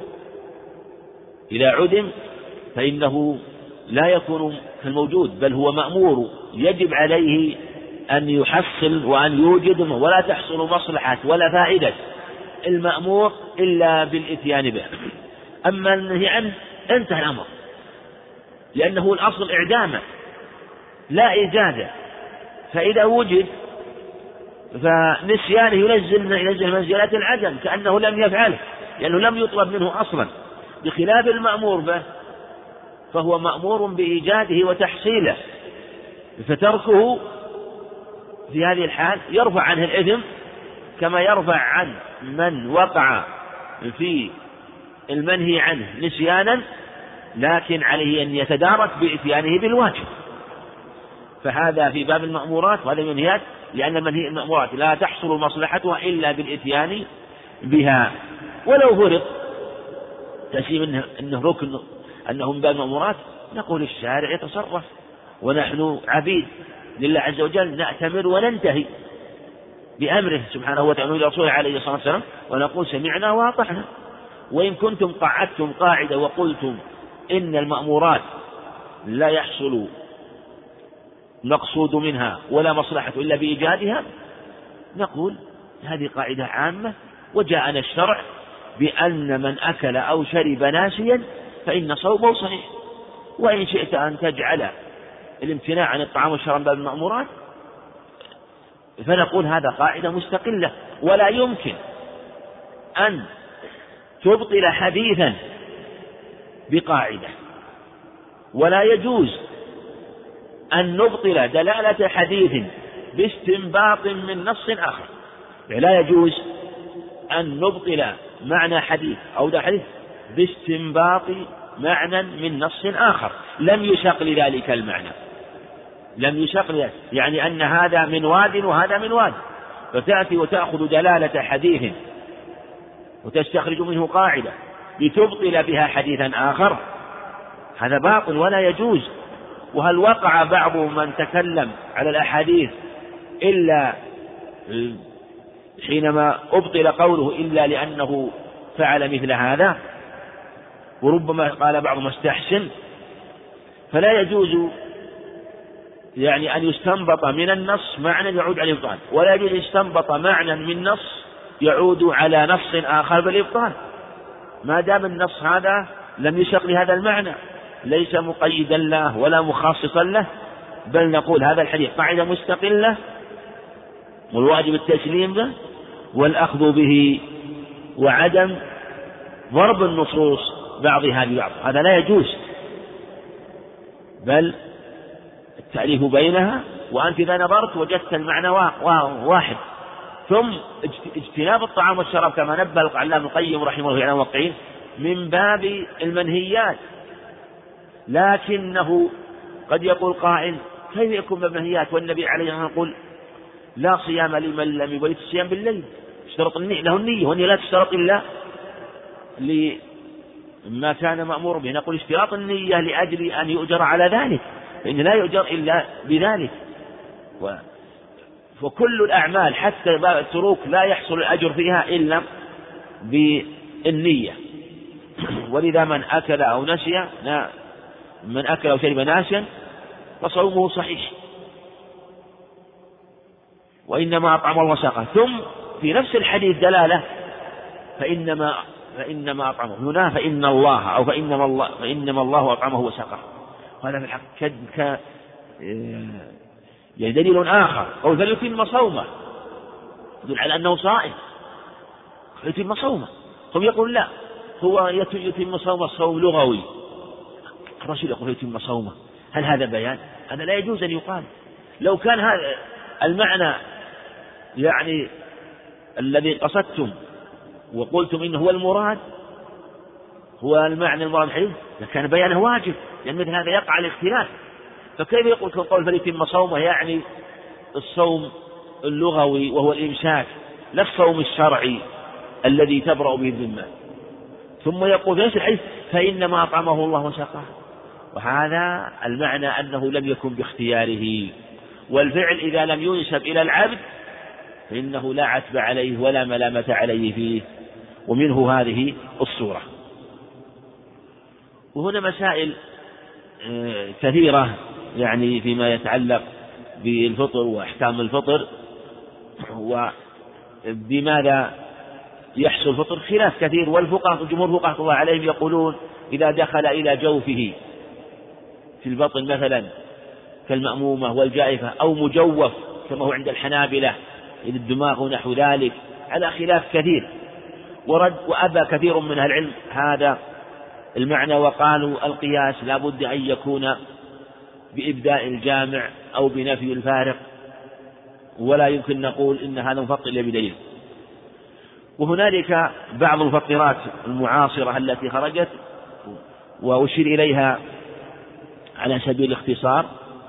إذا عدم فإنه لا يكون كالموجود بل هو مأمور يجب عليه أن يحصل وأن يوجد ولا تحصل مصلحة ولا فائدة المأمور إلا بالإتيان به. أما النهي عنه انتهى الأمر لأنه الأصل إعدامه لا إيجاده. فإذا وجد فنسيانه ينزل ينزل منزلة العدم كأنه لم يفعله لأنه لم يطلب منه أصلا. بخلاف المأمور به فهو مأمور بإيجاده وتحصيله فتركه في هذه الحال يرفع عنه الإثم كما يرفع عن من وقع في المنهي عنه نسيانا لكن عليه أن يتدارك بإتيانه بالواجب. فهذا في باب المأمورات وهذا المنهيات لأن المنهي المأمورات لا تحصل مصلحتها إلا بالإتيان بها. ولو فرض تسيب إنه, إنه ركن أنه من باب المأمورات نقول الشارع يتصرف ونحن عبيد لله عز وجل نأتمر وننتهي بأمره سبحانه وتعالى ورسوله عليه الصلاة والسلام ونقول سمعنا وأطعنا. وإن كنتم قعدتم قاعدة وقلتم إن المأمورات لا يحصل المقصود منها ولا مصلحة إلا بإيجادها، نقول هذه قاعدة عامة، وجاءنا الشرع بأن من أكل أو شرب ناسيا فإن صومه صحيح. وإن شئت أن تجعل الامتناع عن الطعام والشراب باب المأمورات فنقول هذا قاعدة مستقلة، ولا يمكن أن تبطل حديثا بقاعدة، ولا يجوز أن نبطل دلالة حديث باستنباط من نص آخر. لا يجوز أن نبطل معنى حديث أو ده حديث باستنباط معنى من نص آخر لم يشق لذلك المعنى، لم يشق لذلك، يعني أن هذا من واد وهذا من واد، فتأتي وتأخذ دلالة حديث وتستخرج منه قاعدة لتبطل بها حديثا آخر، هذا باطل ولا يجوز. وهل وقع بعض من تكلم على الأحاديث إلا حينما أبطل قوله إلا لأنه فعل مثل هذا؟ وربما قال بعضهم استحسن. فلا يجوز يعني أن يستنبط من النص معنى يعود على الإبطال، ولا يجوز أن يستنبط معنى من نص يعود على نص آخر بالإبطال، ما دام النص هذا لم يشق لهذا المعنى، ليس مقيدا له ولا مخصصا له، بل نقول هذا الحديث قاعدة مستقلة والواجب التسليم به والأخذ به وعدم ضرب النصوص بعضها ببعض، هذا لا يجوز، بل التأليف بينها. وأنت إذا نظرت وجدت المعنى واحد. ثم اجتناب الطعام والشراب كما نبه العلامة ابن القيم رحمه الله في إعلام الموقعين من باب المنهيات، لكنه قد يقول قائل كيف يكون بالمنهيات والنبي عليه الصلاة والسلام يقول لا صيام لمن لم يبيت الصيام بالليل، اشترط له النية، وهي لا تشترط إلا لما كان مأمور به. نقول اشتراط النية لأجل أن يؤجر على ذلك، فإن لا يؤجر إلا بذلك. وكل الأعمال حتى التروك لا يحصل الأجر فيها إلا بالنية. ولذا من أكل أو نسي من أكل أو شرب ناسيا فصومه صحيح، وإنما أطعم الله وسقاه. ثم في نفس الحديث دلالة فإنما فإنما أطعمه هنا فإن الله أو فإنما الله فإنما الله أطعمه وسقاه. هذا في الحق ك... ك... يعني دليل آخر أو فليتم صومه يدل على أنه صائم، فليتم صومه. هم يقول لا هو يتم صومه الصوم لغوي، الرسول يقول يتم صومه، هل هذا بيان؟ هذا لا يجوز أن يقال. لو كان هذا المعنى يعني الذي قصدتم وقلتم إنه هو المراد هو المعنى المراد الحديث لكان بيانه واجب، لأن مثل هذا يقع الاختلاف. فكيف يقول قول فليتم صومه يعني الصوم اللغوي وهو الإمساك لا الصوم الشرعي الذي تبرأ به الذمة، ثم يقول في نفس الحديث فإنما أطعمه الله وسقاه، وهذا المعنى أنه لم يكن باختياره، والفعل إذا لم ينسب إلى العبد فإنه لا عتب عليه ولا ملامة عليه فيه، ومنه هذه الصورة. وهنا مسائل كثيرة يعني فيما يتعلق بالفطر وأحكام الفطر وبماذا يحصل الفطر خلاف كثير، والفقهاء جمهور الفقهاء الله عليهم يقولون إذا دخل إلى جوفه في البطن مثلا كالمأمومة والجائفة أو مجوف كما هو عند الحنابلة إذا الدماغ ونحو ذلك، على خلاف كثير. ورد وأبى كثير من أهل العلم هذا المعنى، وقالوا القياس لا بد أن يكون بإبداء الجامع أو بنفي الفارق، ولا يمكن نقول إن هذا مفطر إلا بدليل. وهنالك بعض المفطرات المعاصرة التي خرجت وأشير إليها على سبيل الاختصار،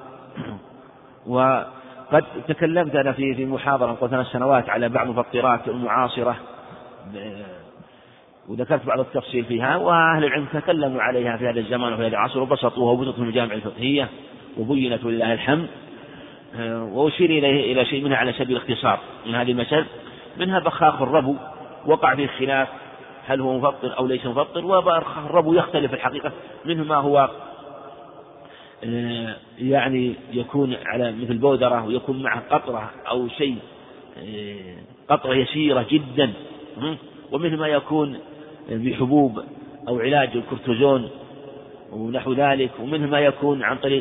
وقد تكلمت أنا في في محاضرة قبل ثلاث سنوات على بعض المفطرات المعاصرة وذكرت بعض التفصيل فيها، وأهل العلم تكلموا عليها في هذا الزمان وفي هذا العصر وبسطوها وبسطوا في المجامع الفقهية وبينت ولله الحمد. وأشير إليه إلى شيء منها على سبيل الاختصار من هذه المسائل. منها بخاخ الربو وقع فيه خلاف هل هو مفطر أو ليس مفطر، وبخاخ الربو يختلف الحقيقة، منه ما هو يعني يكون على مثل بودرة ويكون معه قطرة أو شيء قطرة يسيرة جدا، ومثل ما يكون بحبوب أو علاج الكورتيزون ونحو ذلك، ومنه ما يكون عن طريق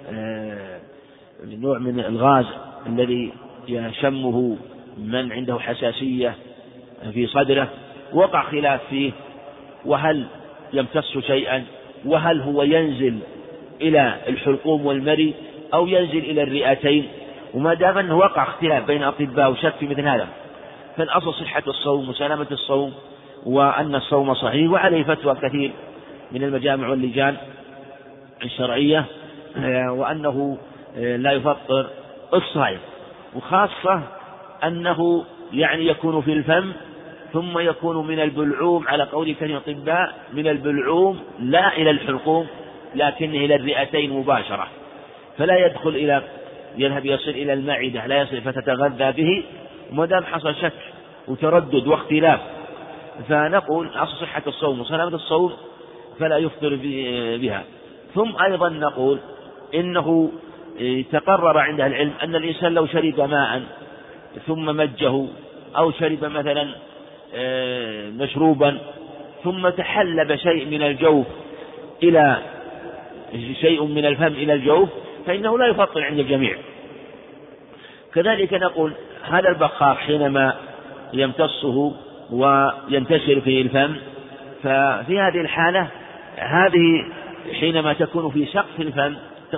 نوع من الغاز الذي يشمه من عنده حساسية في صدره. وقع خلاف فيه، وهل يمتص شيئا، وهل هو ينزل إلى الحلقوم والمري أو ينزل إلى الرئتين. وما دام أنه وقع اختلاف بين الأطباء وشك في مثل هذا، فالأصل صحة الصوم وسلامة الصوم وأن الصوم صحيح. وعليه فتوى كثير من المجامع واللجان الشرعية وأنه لا يفطر الصائم، وخاصة أنه يعني يكون في الفم ثم يكون من البلعوم على قول كثير من الأطباء من البلعوم لا إلى الحلقوم لكنه إلى الرئتين مباشرة، فلا يدخل إلى يذهب يصل إلى المعدة لا يصل فتتغذى به. وما دام حصل شك وتردد واختلاف فنقول أصل صحة الصوم وسلامة الصوم فلا يفطر بها. ثم أيضا نقول إنه تقرر عند العلم أن الإنسان لو شرب ماء ثم مجه أو شرب مثلا مشروبا ثم تحلب شيء من الجوف إلى شيء من الفم إلى الجوف فإنه لا يفطر عند الجميع. كذلك نقول هذا البخار حينما يمتصه وينتشر في الفم، ففي هذه الحالة هذه حينما تكون في سقف الفم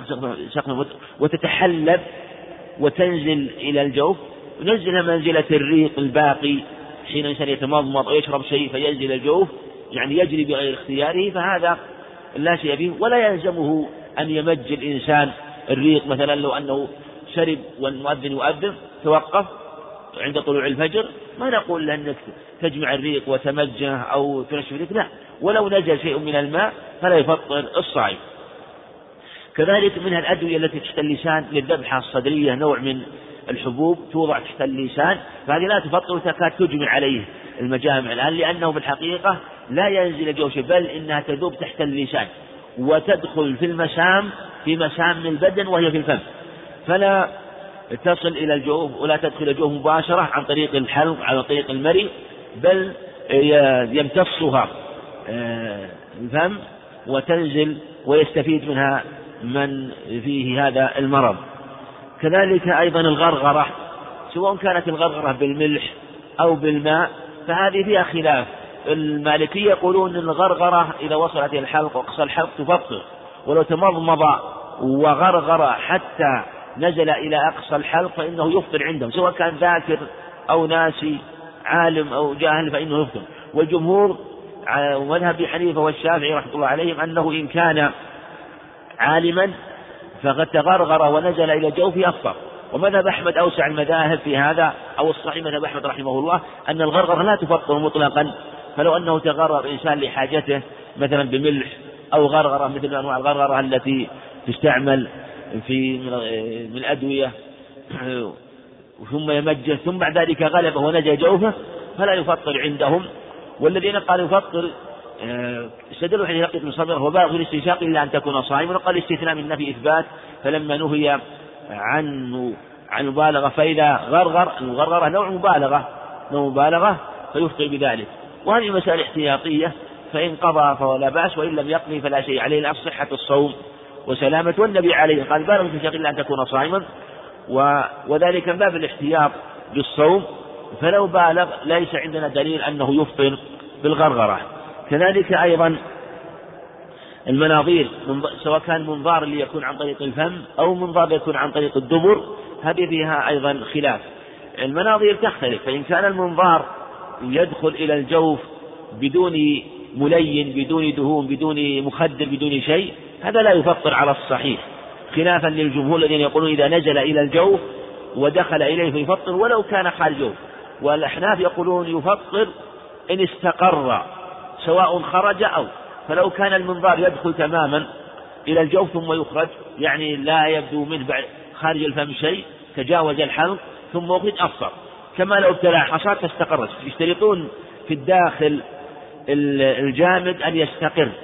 وتتحلب وتنزل إلى الجوف نزل منزلة الريق الباقي حين الإنسان يتمضمض أو يشرب شيء فينزل الجوف يعني يجري بغير اختياره، فهذا لا شيء فيه. ولا يلزمه أن يمج الإنسان الريق مثلا لو أنه شرب والمؤذن يؤذن توقف عند طلوع الفجر، ما نقول لأنك تجمع الريق وتمجه أو تنشف الريق، لا، ولو نزل شيء من الماء فلا يفطر الصائم. كذلك منها الأدوية التي تحت اللسان للذبحة الصدرية، نوع من الحبوب توضع تحت اللسان، فهذه لا تفطر تكاد تجمع عليه المجامع الآن، لأنه بالحقيقة لا ينزل الجوف بل إنها تذوب تحت اللسان وتدخل في المسام في مسام البدن وهي في الفم، فلا تصل إلى الجوف ولا تدخل الجوف مباشرة عن طريق الحلق عن طريق المري، بل يمتصها الفم وتنزل ويستفيد منها من فيه هذا المرض. كذلك أيضا الغرغرة، سواء كانت الغرغرة بالملح أو بالماء فهذه فيها خلاف. المالكية يقولون أن الغرغرة إذا وصلت إلى الحلق وأقصى الحلق تفطر، ولو تمضمض وغرغر حتى نزل إلى أقصى الحلق فإنه يفطر عندهم، سواء كان ذاكر أو ناسي عالم أو جاهل فإنه يفطر. والجمهور ومذهب حنيفة والشافعي رحمة الله عليهم أنه إن كان عالما فقد تغرغر ونزل إلى الجوف يفطر. ومذهب أحمد أوسع المذاهب في هذا، أو الصحيح مذهب أحمد رحمه الله أن الغرغرة لا تفطر مطلقا، فلو أنه تغرغر إنسان لحاجته مثلا بملح أو غرغرة مثل أنواع الغرغرة التي تستعمل في من الأدوية ثم يمجه ثم بعد ذلك غلبه ونزل جوفه فلا يفطر عندهم. والذين قالوا يفطر استدلوا حديث لقيط بن صبرة وبالغ الاستنشاق إلا أن تكون صائما، وقال الاستثناء من نفي إثبات، فلما نهي عنه عن مبالغة فإذا غرغر الغرغرة نوع مبالغة نوع مبالغة فيفطر بذلك. وهذه مسائل احتياطية، فإن قضى فلا بأس وإن لم يقضي فلا شيء عليه، الأصل صحة الصوم وسلامة. والنبي عليه قال بالغ الاستنشاق إلا أن تكون صائما، وذلك من باب الاحتياط بالصوم، فلو بالغ ليس عندنا دليل أنه يفطر بالغرغرة. كذلك أيضا المناظير سواء كان منظار اللي يكون عن طريق الفم أو منظار يكون عن طريق الدبر هذه فيها أيضا خلاف. المناظير تختلف، فإن كان المنظار يدخل إلى الجوف بدون ملين بدون دهون بدون مخدر بدون شيء هذا لا يفطر على الصحيح، خلافا للجمهور الذين يقولون إذا نزل إلى الجوف ودخل إليه فيفطر ولو كان خارج الجوف. والأحناف يقولون يفطر إن استقر سواء خرج أو، فلو كان المنظار يدخل تماما إلى الجوف ثم يخرج يعني لا يبدو منه بعد خارج الفم شيء تجاوز الحلق ثم أخرج أفطر، كما لو ابتلع حصاد فاستقرت. يشترطون في الداخل الجامد أن يستقر،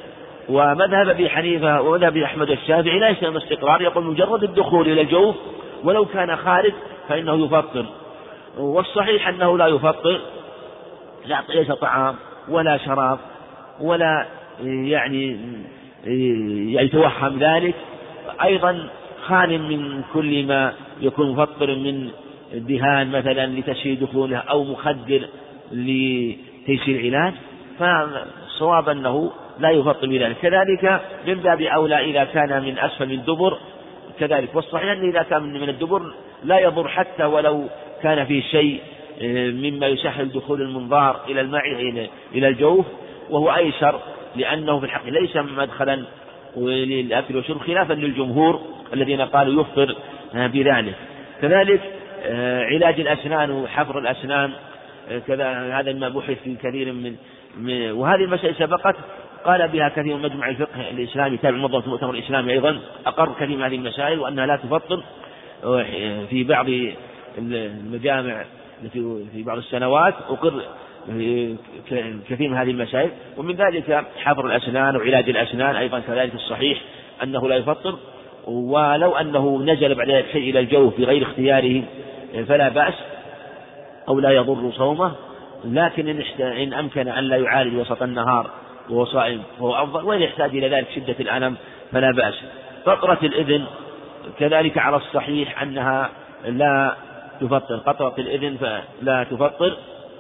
ومذهب أبي حنيفة ومذهب أحمد الشافعي لا يسلم استقرار، يقول مجرد الدخول إلى الجوف ولو كان خارج فإنه يفطر. والصحيح أنه لا يفطر، لا ليس طعام ولا شراب ولا يعني يتوهم ذلك، أيضا خال من كل ما يكون مفطر من دهان مثلا لتسهيل دخوله أو مخدر لتيسير العلاج، فالصواب أنه لا يفطر بذلك. كذلك من باب أولى إذا كان من أسفل من الدبر كذلك. والصحيح أن إذا كان من الدبر لا يضر حتى ولو كان فيه شيء مما يسهل دخول المنظار إلى الماء إلى الجوف، وهو أيسر لأنه في الحق ليس مدخلا للأكل والشرب، خلافا للجمهور الذين قالوا يفطر بذلك. كذلك علاج الأسنان وحفر الأسنان كذا، هذا ما بحث في كثير من, من وهذه المسائل سبقت قال بها كثير من مجمع الفقه الإسلامي تابع منظمة المؤتمر الإسلامي، أيضا أقر كثير من هذه المسائل وأنها لا تفطر في بعض المجامع في بعض السنوات، أقر كثير من هذه المسائل. ومن ذلك حفر الأسنان وعلاج الأسنان أيضا كذلك الصحيح أنه لا يفطر، ولو أنه نزل بعد ذلك شيء إلى الجوف بغير اختياره فلا بأس أو لا يضر صومه، لكن إن أمكن أن لا يعالج وسط النهار وهو صائم فهو أفضل، وإن يحتاج إلى ذلك شدة الألم فلا بأس. قطرة الإذن كذلك على الصحيح أنها لا تفطر، قطرة الإذن فلا تفطر،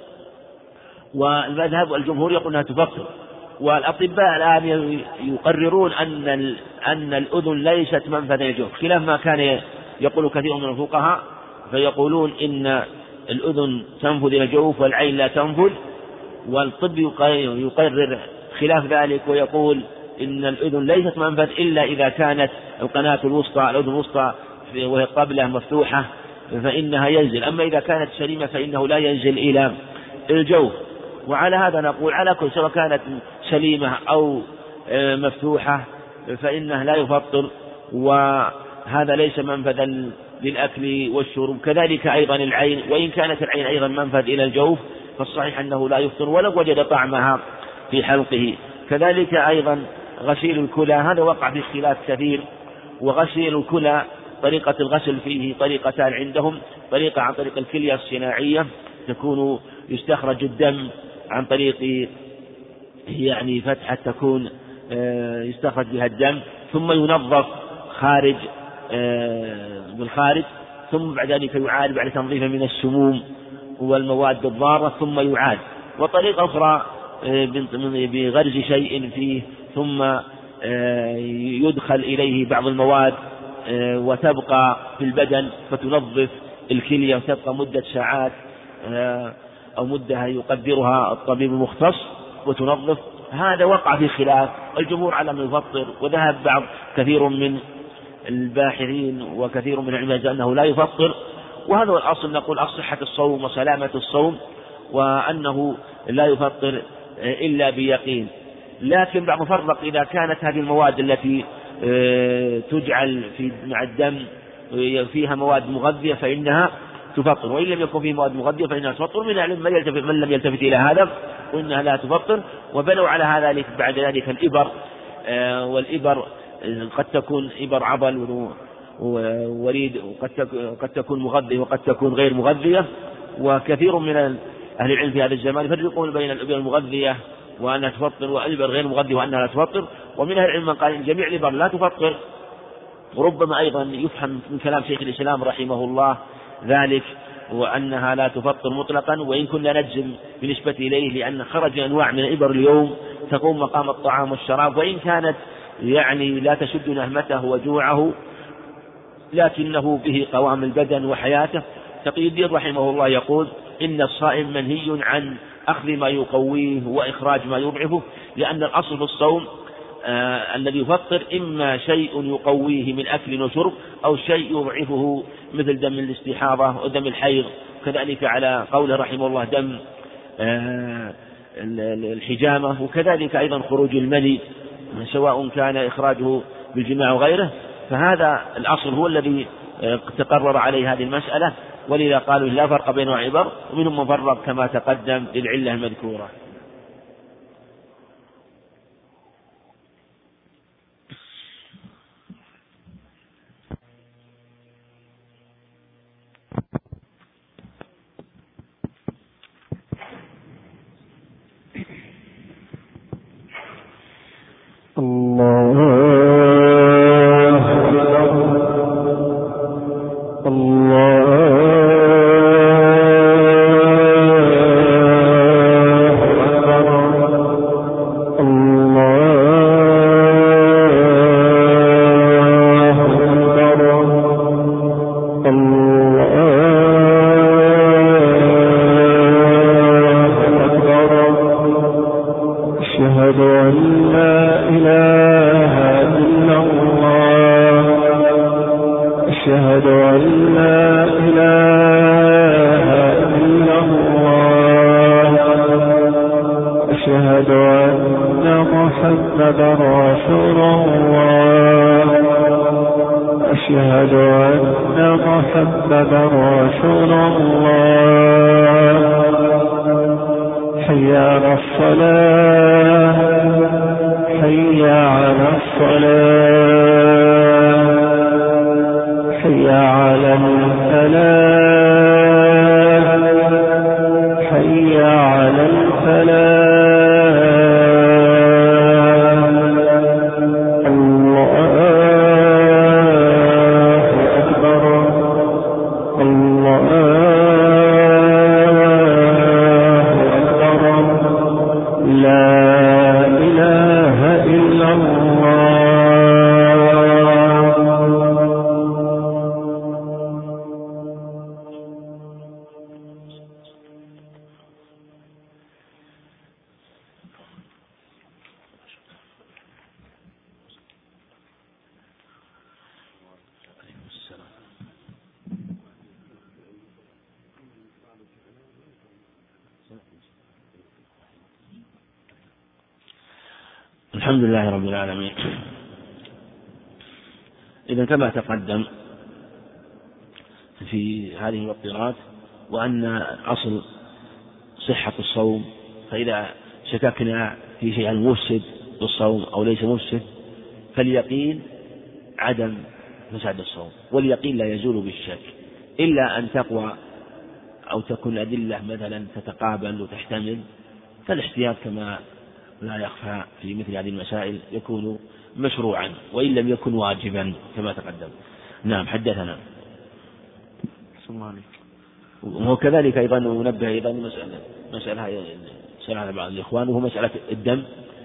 والمذهب والجمهور يقول أنها تفطر. والأطباء الآن يقررون أن أن الأذن ليست منفذا للجوف، خلاف ما كان يقول كثير من الفقهاء، فيقولون إن الأذن تنفذ إلى الجوف والعين لا تنفذ، والطب يقرر خلاف ذلك ويقول إن الأذن ليست منفذ إلا إذا كانت القناة الوسطى الأذن الوسطى وهي القبلة مفتوحة فإنها ينزل، أما إذا كانت سليمة فإنه لا ينزل إلى الجوف. وعلى هذا نقول على كل سواء كانت سليمة أو مفتوحة فإنه لا يفطر، وهذا ليس منفذا للأكل والشرب. كذلك أيضا العين، وإن كانت العين أيضا منفذ إلى الجوف فالصحيح أنه لا يفطر ولو وجد طعمها في حلقه. كذلك أيضا غسيل الكلى، هذا وقع في خلاف كثير، وغسيل الكلى طريقة الغسل فيه طريقتان عندهم، طريقة عن طريق الكلية الصناعية تكون يستخرج الدم عن طريق يعني فتحة تكون يستخرج بها الدم ثم ينظف خارج بالخارج، ثم بعد ذلك يعاد بعد تنظيفه من السموم والمواد الضارة ثم يعاد. وطريقة أخرى بغرز شيء فيه ثم يدخل إليه بعض المواد وتبقى في البدن فتنظف الكلية وتبقى مدة ساعات أو مدة يقدرها الطبيب المختص وتنظف. هذا وقع في خلاف، الجمهور على من يفطر، وذهب بعض كثير من الباحثين وكثير من العلماء أنه لا يفطر، وهذا هو الأصل، نقول أصحة الصوم وسلامة الصوم وأنه لا يفطر إلا بيقين. لكن بعض فرق إذا كانت هذه المواد التي تجعل في مع الدم فيها مواد مغذية فإنها تفطر، وإن لم يكن فيه مواد مغذية فإنها تفطر. من العلم من, يلتفت من لم يلتفت إلى هذا وإنها لا تفطر، وبنوا على هذا بعد ذلك الإبر، والإبر قد تكون إبر عضل ووريد، وقد تكون مغذية وقد تكون غير مغذية، وكثير من أهل العلم في هذا الزمان يفرقون بين الإبر المغذية وأنها تفطر والإبر غير مغذية وأنها لا تفطر. ومن أهل العلم من قال إن جميع الإبر لا تفطر، وربما أيضا يفهم من كلام شيخ الإسلام رحمه الله ذلك وأنها لا تفطر مطلقا، وإن كنا نجزم بالنسبة إليه لأن خرج أنواع من الإبر اليوم تقوم مقام الطعام والشراب، وإن كانت يعني لا تشد نهمته وجوعه لكنه به قوام البدن وحياته. تقي الدين رحمه الله يقول إن الصائم منهي عن أخذ ما يقويه وإخراج ما يضعفه، لأن الأصل في الصوم آه الذي يفطر إما شيء يقويه من أكل وشرب أو شيء يضعفه مثل دم الاستحاضة ودم الحيض، كذلك على قوله رحمه الله دم آه الحجامة، وكذلك أيضا خروج المني سواء كان إخراجه بالجماع وغيره. فهذا الأصل هو الذي تقرر عليه هذه المسألة، ولذا قالوا لا فرق بين العبر، ومنهم من فرق كما تقدم للعلة المذكورة. أشهد أن لا إله إلا الله أشهد أن لا إله إلا الله أشهد أن محمدا رسول الله أشهد أن محمدا رسول الله حي على الصلاة حي على الصلاة حي على الفلاح حي على الفلاح الحمد لله رب العالمين. إذا كما تقدم في هذه المفطرات وأن أصل صحة الصوم، فإذا شككنا في شيء مفسد للصوم أو ليس مفسد فاليقين عدم فساد الصوم، واليقين لا يزول بالشك إلا أن تقوى أو تكون أدلة مثلا تتقابل وتحتمل، فالاحتياط كما لا يخفى في مثل هذه المسائل يكون مشروعا وإن لم يكن واجبا كما تقدم. نعم. حدثنا. وكذلك أيضا ننبه أيضا مسألة مسألة سألها بعض الإخوان، وهو مسألة الدم.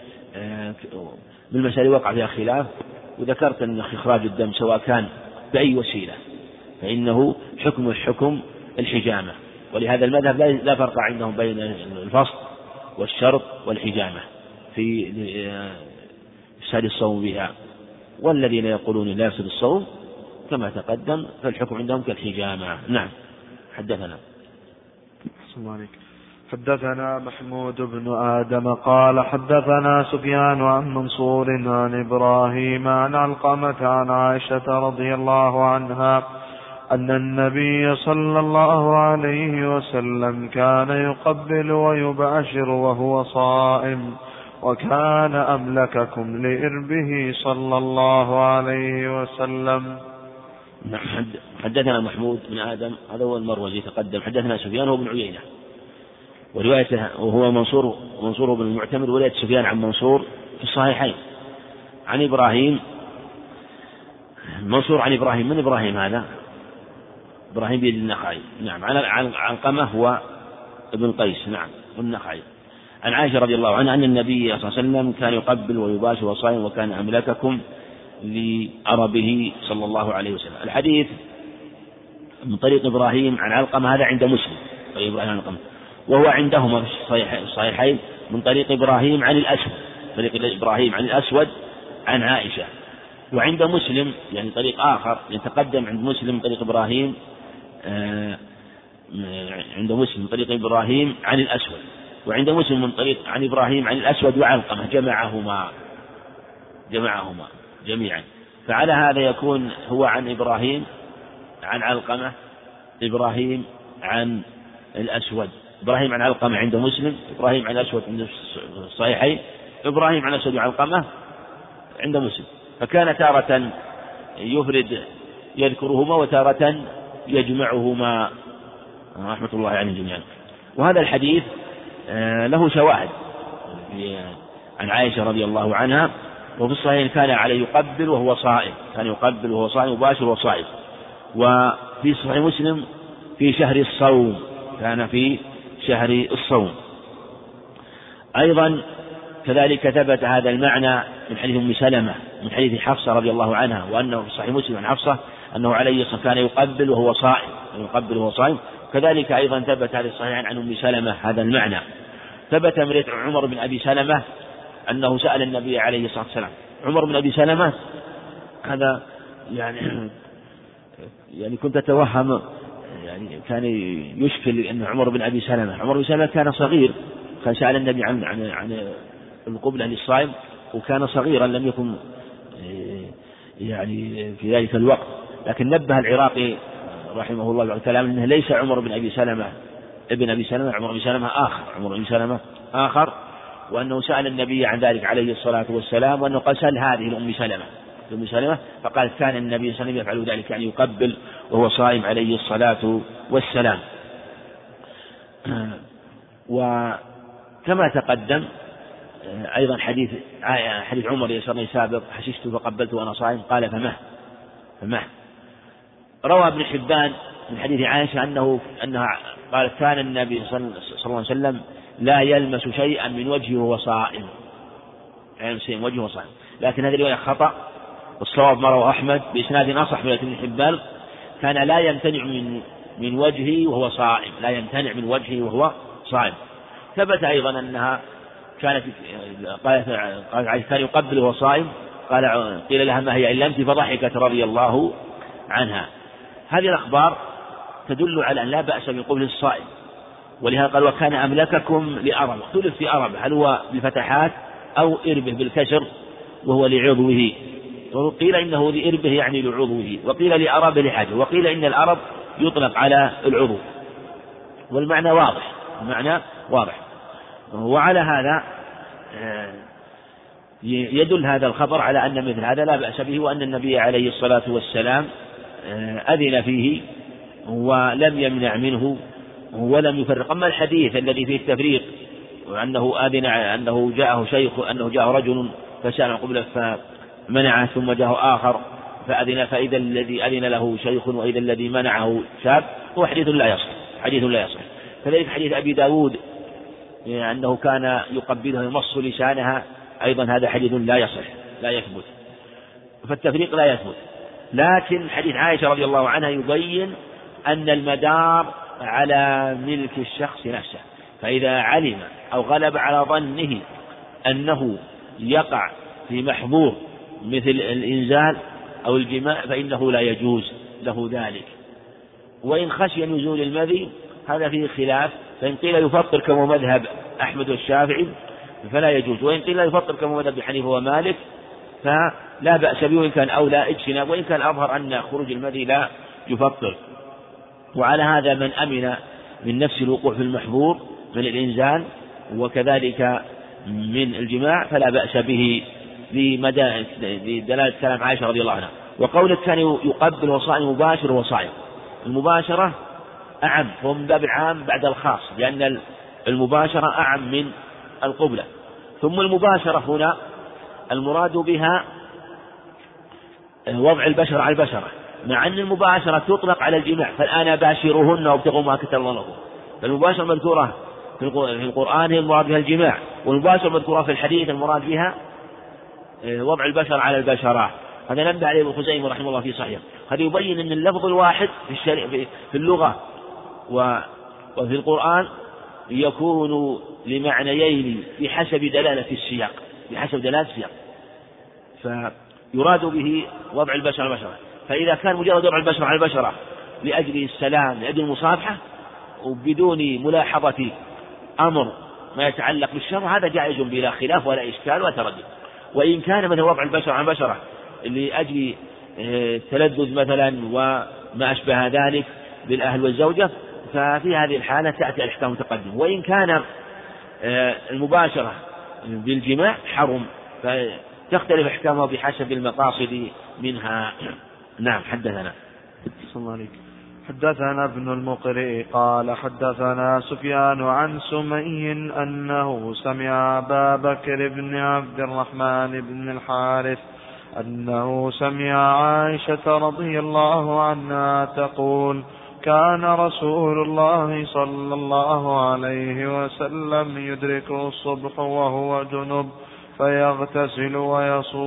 من المسائل وقع فيها خلاف، وذكرت أن إخراج الدم سواء كان بأي وسيلة فإنه حكم الحكم الحجامة، ولهذا المذهب لا فرق عندهم بين الفصل والشرط والحجامة في إفساد الصوم بها، والذين يقولون لا يفسد الصوم كما تقدم فالحكم عندهم كالحجامة. نعم. حدثنا. حدثنا محمود بن آدم قال حدثنا سفيان عن منصور عن إبراهيم عن علقمة عن عائشة رضي الله عنها أن النبي صلى الله عليه وسلم كان يقبل ويباشر وهو صائم، وكان أملككم لإربه صلى الله عليه وسلم. حدثنا محمود بن آدم هذا هو المروزي تقدم. حدثنا سفيان هو بن عيينة، وروايته وهو منصور منصور بن المعتمر، ورواية سفيان عن منصور في الصحيحين عن إبراهيم. منصور عن إبراهيم، من إبراهيم هذا؟ إبراهيم بن النخعي. نعم. عن علقمة هو ابن قيس. نعم. النخعي. عن عائشة رضي الله عنها أن النبي صلى الله عليه وسلم كان يقبل ويباشر وصائم، وكان أملككم لأربه صلى الله عليه وسلم. الحديث من طريق إبراهيم عن علقمة هذا عند مسلم، طريق إبراهيم عن علقمة، وهو عندهما في الصحيحين من طريق إبراهيم عن الأسود، طريق إبراهيم عن الأسود عن عائشة. وعند مسلم يعني طريق آخر يتقدم عند مسلم طريق إبراهيم آه عند مسلم طريق إبراهيم عن الأسود، وعند مسلم من طريق عن إبراهيم عن الأسود وعلقمة، جمعهما جمعهما جميعا. فعلى هذا يكون هو عن إبراهيم عن علقمة، إبراهيم عن الأسود، إبراهيم عن علقمة عند مسلم، إبراهيم عن الأسود عند الصحيحين، إبراهيم عن الأسود وعلقمة عند مسلم. فكان تارة يفرد يذكرهما وتارة يجمعهما رحمة الله على الجميع. وهذا الحديث له شواهد عن عائشة رضي الله عنها، وفي الصحيح كان عليه يقبل وهو صائم، كان يقبل وهو صائم مباشر وهو صائم. وفي صحيح مسلم في شهر الصوم، كان في شهر الصوم. أيضا كذلك ثبت هذا المعنى من حديث أم سلمة من حديث حفصة رضي الله عنها، وأنه في صحيح مسلم عن حفصة أنه عليه الصلاة كان يقبل وهو صائم، يقبل وهو صائم. كذلك أيضا ثبت هذا الصحيح عن أم سلمة هذا المعنى. ثبت من عمر بن أبي سلمة أنه سأل النبي عليه الصلاة والسلام. عمر بن أبي سلمة هذا يعني يعني كنت أتوهم يعني كان يشكل أن عمر بن أبي سلمة عمر بن سلمة كان صغير، كان سأل النبي عن عن عن القبلة للصائم وكان صغيرا لم يكن يعني في ذلك الوقت، لكن نبه العراقي رحمه الله بعد كلام أنه ليس عمر بن أبي سلمة ابن أبي سلمة، عمر بن سلمة آخر عمر بن سلمة آخر وأنه سأل النبي عن ذلك عليه الصلاة والسلام، وأنه قال سأل هذه الأم سلمة أم سلمة فقال كان النبي صلى الله عليه وسلم يفعل ذلك يعني يقبل وهو صائم عليه الصلاة والسلام. وكما تقدم أيضا حديث حديث عمر يسرني سابق حششت فقبلت وأنا صائم قال فمه فمه. روى ابن حبان من حديث عائشة أنه أنها قالت كان النبي صلى الله عليه وسلم لا يلمس شيئا من وجهه وهو صائم، يعني شيء من وجهه وهو صائم، لكن هذه الرواية خطأ، والصواب ما رواه أحمد بإسناد أصح من ابن حبان كان لا يمتنع من من وجهه وهو صائم، لا يمتنع من وجهه وهو صائم. ثبت أيضا أنها كانت قالت قالت كان يقبل وهو صائم، قال قيل لها ما هي إلا أنت فضحكت رضي الله عنها. هذه الأخبار تدل على أن لا بأس بقبل الصائم، ولهذا قال وكان أملككم لأرب، اختلف في أرب هل هو بالفتحات أو إربه بالكسر وهو لعضوه، وقيل إنه لإربه يعني لعضوه، وقيل لأرب لحاجه، وقيل إن الأرب يطلق على العضو، والمعنى واضح المعنى واضح. وعلى هذا يدل هذا الخبر على أن مثل هذا لا بأس به، وأن النبي عليه الصلاة والسلام أذن فيه ولم يمنع منه ولم يفرق. أما الحديث الذي فيه التفريق وأنه أذن أنه جاءه شيخ أنه جاءه رجل فسأل قبله فمنعه ثم جاءه آخر فأذن، فإذا الذي أذن له شيخ وإذا الذي منعه شاب، هو حديث لا يصح حديث لا يصح. كذلك حديث أبي داود أنه كان يقبلها يمص لسانها، أيضا هذا حديث لا يصح لا يثبت، فالتفريق لا يثبت. لكن حديث عائشة رضي الله عنها يبين أن المدار على ملك الشخص نفسه، فإذا علم أو غلب على ظنه أنه يقع في محظور مثل الإنزال أو الجماع فإنه لا يجوز له ذلك. وإن خشي نزول المذي هذا فيه خلاف، فإن قيل يفطر كما مذهب أحمد والشافعي فلا يجوز، وإن قيل يفطر كما مذهب حنيفة ومالك فلا بأس به، وإن كان أولى اجتناب، وإن كان أظهر أن خروج المذي لا يفطر. وعلى هذا من أمن من نفس الوقوع في المحظور من الإنزال وكذلك من الجماع فلا بأس به لدلالة كلام عائشة رضي الله عنها. وقولك كان يقبل وصائم مباشر وصائم، المباشرة أعم، هو من باب العام بعد الخاص، لأن المباشرة أعم من القبلة. ثم المباشرة هنا المراد بها وضع البشر على البشرة، مع أن المباشرة تطلق على الجماع، فالآن باشروهن وابتغوا ما كتب الله لكم، فالمباشرة مذكورة في القرآن هي المراد بها الجماع، والمباشرة مذكورة في الحديث المراد بها وضع البشر على البشرة. هذا نبه عليه ابن خزيمة رحمه الله في صحيح. هذا يبين أن اللفظ الواحد في, الشريع في اللغة وفي القرآن يكون لمعنيين بحسب دلالة السياق بحسب دلالة السياق فيراد به وضع البشر على البشرة. فإذا كان مجرد وضع البشر على البشرة لأجل السلام لأجل المصافحة وبدون ملاحظة أمر ما يتعلق بالشر هذا جائز بلا خلاف ولا إشكال ولا تردد. وإن كان مثل وضع البشر على البشرة لأجل تلذذ مثلا وما أشبه ذلك بالأهل والزوجة ففي هذه الحالة تأتي الأحكام المتقدمة. وإن كان المباشرة بالجماع حرم فتختلف أحكامها بحسب المقاصد منها. نعم. حدثنا صلى الله عليه حدثنا ابن المقرئ قال حدثنا سفيان عن سمي أنه سمع أبا بكر بن عبد الرحمن بن الحارث أنه سمع عائشة رضي الله عنها تقول كان رسول الله صلى الله عليه وسلم يدركه الصبح وهو جنب فيغتسل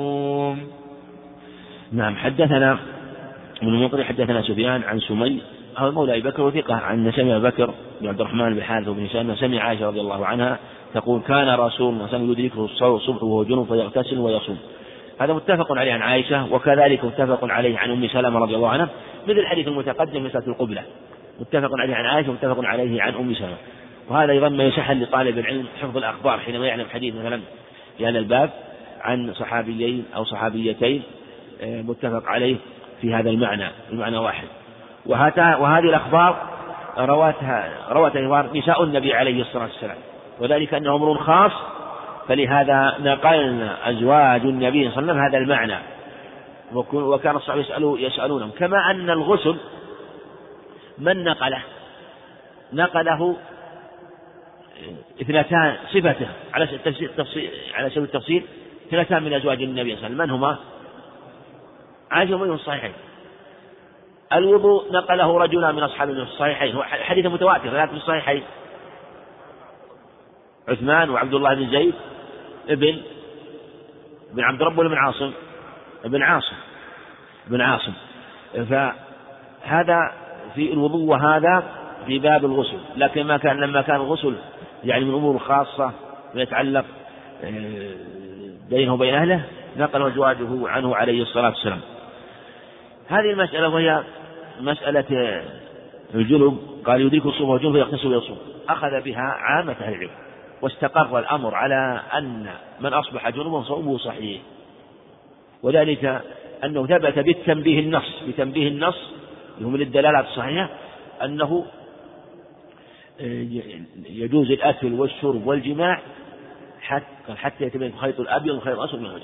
ويصوم. نعم. حدثنا ابن المقرئ حدثنا سفيان عن سمي هو مولى أبي بكر وثقة عن سمع بكر بن عبد الرحمن بن حارث بن هشام سمع عائشة رضي الله عنها تقول كان رسول الله صلى الله عليه وسلم يدركه الصبح وهو جنوب فيغتسل ويصوم. هذا متفق عليه عن عائشة، وكذلك متفق عليه عن أم سلمة رضي الله عنها مثل الحديث المتقدم مسألة القبلة، متفق عليه عن عائشة ومتفق عليه عن أم سلمة. وهذا أيضا ما يسهل لطالب العلم حفظ الأخبار حينما يعلم حديث مثلا في هذا الباب عن صحابيين أو صحابيتين متفق عليه في هذا المعنى، المعنى واحد. وهذه الأخبار رواتها رواتها نساء النبي عليه الصلاة والسلام، وذلك أنه أمر خاص، فلهذا نقلنا أزواج النبي صلى الله عليه وسلم هذا المعنى، وكان الصحابة يسألون يسألونهم. كما أن الغسل من نقله نقله اثنتان صفته على سبيل على سبيل التفصيل اثنتان من أزواج النبي صلى الله عليه وسلم، من هما؟ عائشة وأم الصحيحين. الوضوء نقله رجلان من أصحاب الصحيحين، هو حديث متواتر ثلاث في الصحيحين، عثمان وعبد الله بن زيد ابن ابن عبد رب ولا بن عاصم ابن عاصم ابن عاصم فهذا في الوضوء وهذا في باب الغسل. لكن ما كان لما كان الغسل يعني من أمور خاصة يتعلق بينه وبين أهله نقل أزواجه عنه عليه الصلاة والسلام. هذه المسألة وهي مسألة الجنب، قال يدرك الصوم والجنب فيغتسل ويصوم، أخذ بها عامة أهل العلم، واستقر الأمر على أن من أصبح جنبا صومه صحيح، وذلك أنه ثبت بالتنبيه النص بتنبيه النص من الدلالات الصحيحة أنه يجوز الأكل والشرب والجماع حتى حتى يتبين الخيط الأبيض والخيط الأسود من الفجر.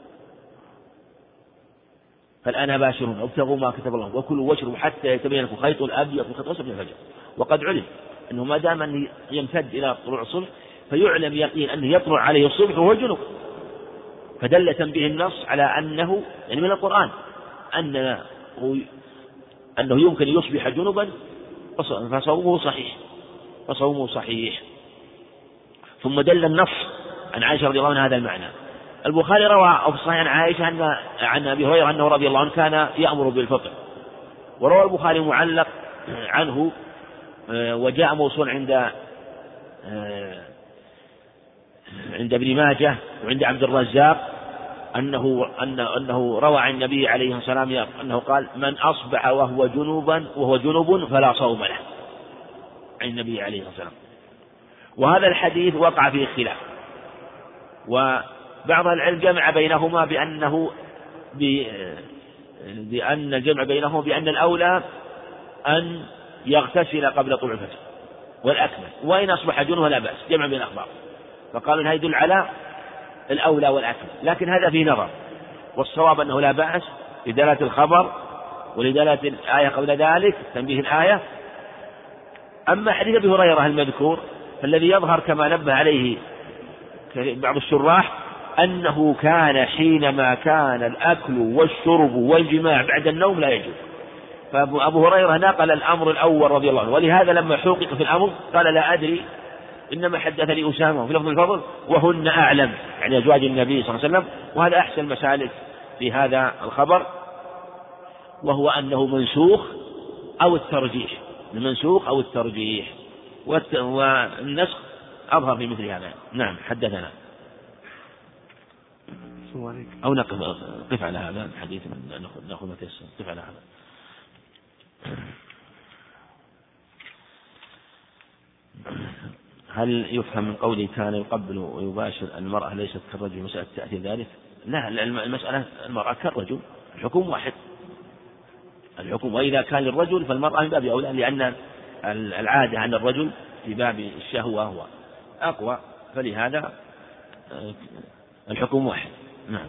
فالآن باشرون ابتغوا ما كتب الله وكلوا واشربوا حتى يتبين لكم الخيط الأبيض والخيط الأسود من الفجر. وقد علم أنه ما دام أن يمتد إلى طلوع الصبح فيعلم يقين أنه يطلع عليه الصبح وهو جنوب، فدل تنبيه النص على أنه يعني من القرآن أنه أنه يمكن يصبح جنبا فصومه صحيح فصومه صحيح. ثم دل النص عن عائشة رضي الله عنها هذا المعنى. البخاري روى في الصحيح عن عائشة أن عن أبي هريرة أنه رضي الله عنه كان يأمر بالفطر، وروى البخاري معلق عنه وجاء موصول عند عند ابن ماجه وعند عبد الرزاق أنه أنه, أنه روى عن النبي عليه الصلاة والسلام أنه قال من أصبح وهو جنوبا وهو جنوب فلا صوم له، عن النبي عليه الصلاة والسلام. وهذا الحديث وقع فيه خلاف، وبعض العلم جمع بينهما بأنه بأن الجمع بينهما بأن الأولى أن يغتسل قبل طلوع الفجر والأكمل، وإن أصبح جنوبا لا بأس، جمع بين الأخبار، فقالوا أن هذا يدل على الأولى والأكمل، لكن هذا فيه نظر، والصواب أنه لا بأس لدلالة الخبر ولدلالة الآية قبل ذلك تنبيه الآية. أما حديث أبي هريرة المذكور فالذي يظهر كما نبه عليه بعض الشراح أنه كان حينما كان الأكل والشرب والجماع بعد النوم لا يجوز، فأبو هريرة نقل الأمر الأول رضي الله عنه، ولهذا لما حقق في الأمر قال لا أدري إنما حدثني أسامة في لفظ الفضل وهن أعلم، يعني أزواج النبي صلى الله عليه وسلم. وهذا أحسن المسالك في هذا الخبر، وهو أنه منسوخ أو الترجيح، المنسوخ أو الترجيح، والنسخ أظهر في مثل هذا. نعم حدثنا أو نقف قف على هذا الحديث نأخذ ما تيسر قف على هذا. هل يفهم من قوله كان يقبل ويباشر المرأة ليست كالرجل مسألة تأتي ذلك؟ لا، المسألة المرأة كالرجل، الحكم واحد الحكم، وإذا كان للرجل فالمرأة من باب أولى، لأن العادة عن الرجل في باب الشهوة هو أقوى، فلهذا الحكم واحد. نعم.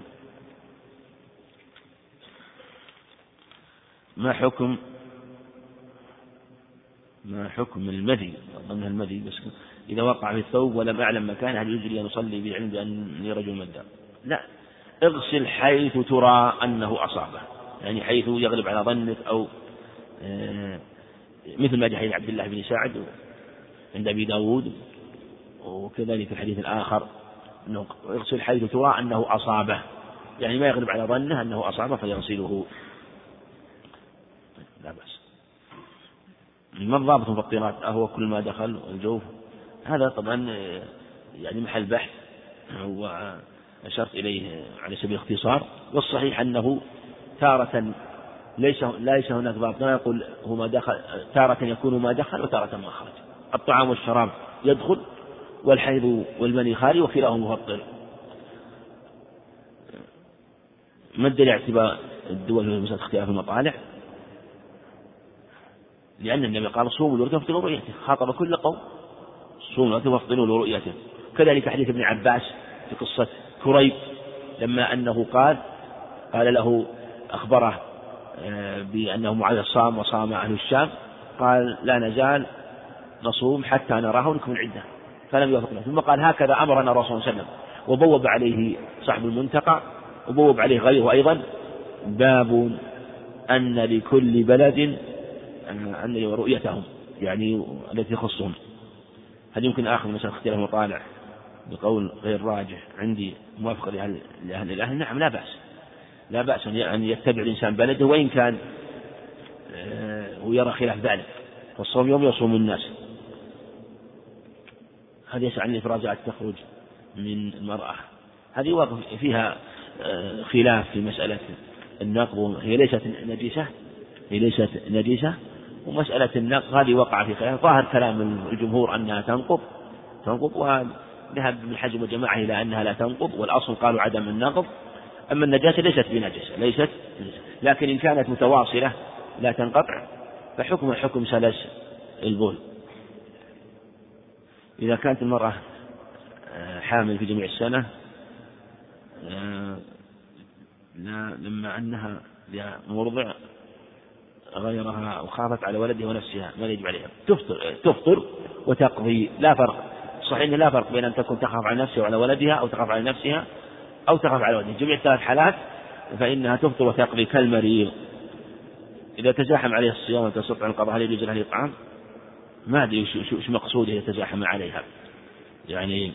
ما حكم ما حكم المذي ضمن المذي بس إذا وقع في الثوب ولم أعلم مكانه هل يجري أن يصلي بعلم بأني رجل مذاب؟ لا، اغسل حيث ترى أنه أصابه، يعني حيث يغلب على ظنك، أو مثل ما جاء حديث عبد الله بن سعد عند أبي داود، وكذلك الحديث الآخر أنه اغسل حيث ترى أنه أصابه، يعني ما يغلب على ظنه أنه أصابه فيغسله، لا بأس. ما ضابط المفطرات؟ أهو كل ما دخل الجوف؟ هذا طبعا يعني محل بحث، وأشرت إليه على سبيل الاختصار. والصحيح أنه تارة ليس ليس هناك ضابط، لا يقول هو ما دخل، تارة يكون ما دخل وتارة ما خرج. الطعام والشراب يدخل، والحيض والمني خارج، وكلاهما مفطر. ما الدليل على اعتبار الدول في مسألة اختلاف المطالع؟ لأن النبي قال صوموا لرؤيته وافطروا لرؤيته، خاطب كل قوم صوموا لرؤيته وافطروا لرؤيته. كذلك حديث ابن عباس في قصة كريب لما أنه قال قال له أخبره بأنه معاذ صام وصام أهل الشام، قال لا نزال نصوم حتى نراه ونكمل عدة، فلم يوافقنا. ثم قال هكذا أمرنا الرسول صلى الله عليه وسلم. وبوب عليه صاحب المنتقى، وبوب عليه غيره أيضا، باب أن لكل بلد أن رؤيتهم يعني التي تخصهم. هل يمكن آخذ مثلا اختلاف مطالع بقول غير راجح عندي موافق لأهل, لأهل الأهل؟ نعم، لا بأس، لا بأس أن يتبع الإنسان بلده وإن كان ويرى خلاف ذلك. فالصوم يوم يصوم الناس. هذه يسعى عن الإفرازات تخرج من المرأة، هذه واقف فيها خلاف في مسألة النقض، هي ليست نجسة هي ليست نجسة ومسألة النقض هذه وقع في خلاف. ظاهر كلام الجمهور أنها تنقض تنقض وذهب ابن حزم وجماعة إلى أنها لا تنقض، والأصل قالوا عدم النقض. أما النجاسة ليست بنجسة ليست لكن إن كانت متواصلة لا تنقطع فحكم حكم سلس البول. إذا كانت المرأة حامل في جميع السنة لا لما أنها مرضع غيرها وخافت على ولدها ونفسها ما يجب عليها تفطر تفطر وتقضي. لا فرق، صحيح لا فرق بين أن تكون تخاف على نفسها وعلى ولدها أو تخاف على نفسها أو تخاف على ولدها. جميع ثلاث حالات فإنها تفطر وتقضي كالمريض. إذا تزاحم عليه الصيام وتستطيع القضاء هل يجوز لها الإطعام؟ ما أدري شو مقصوده يتزاحم عليها، يعني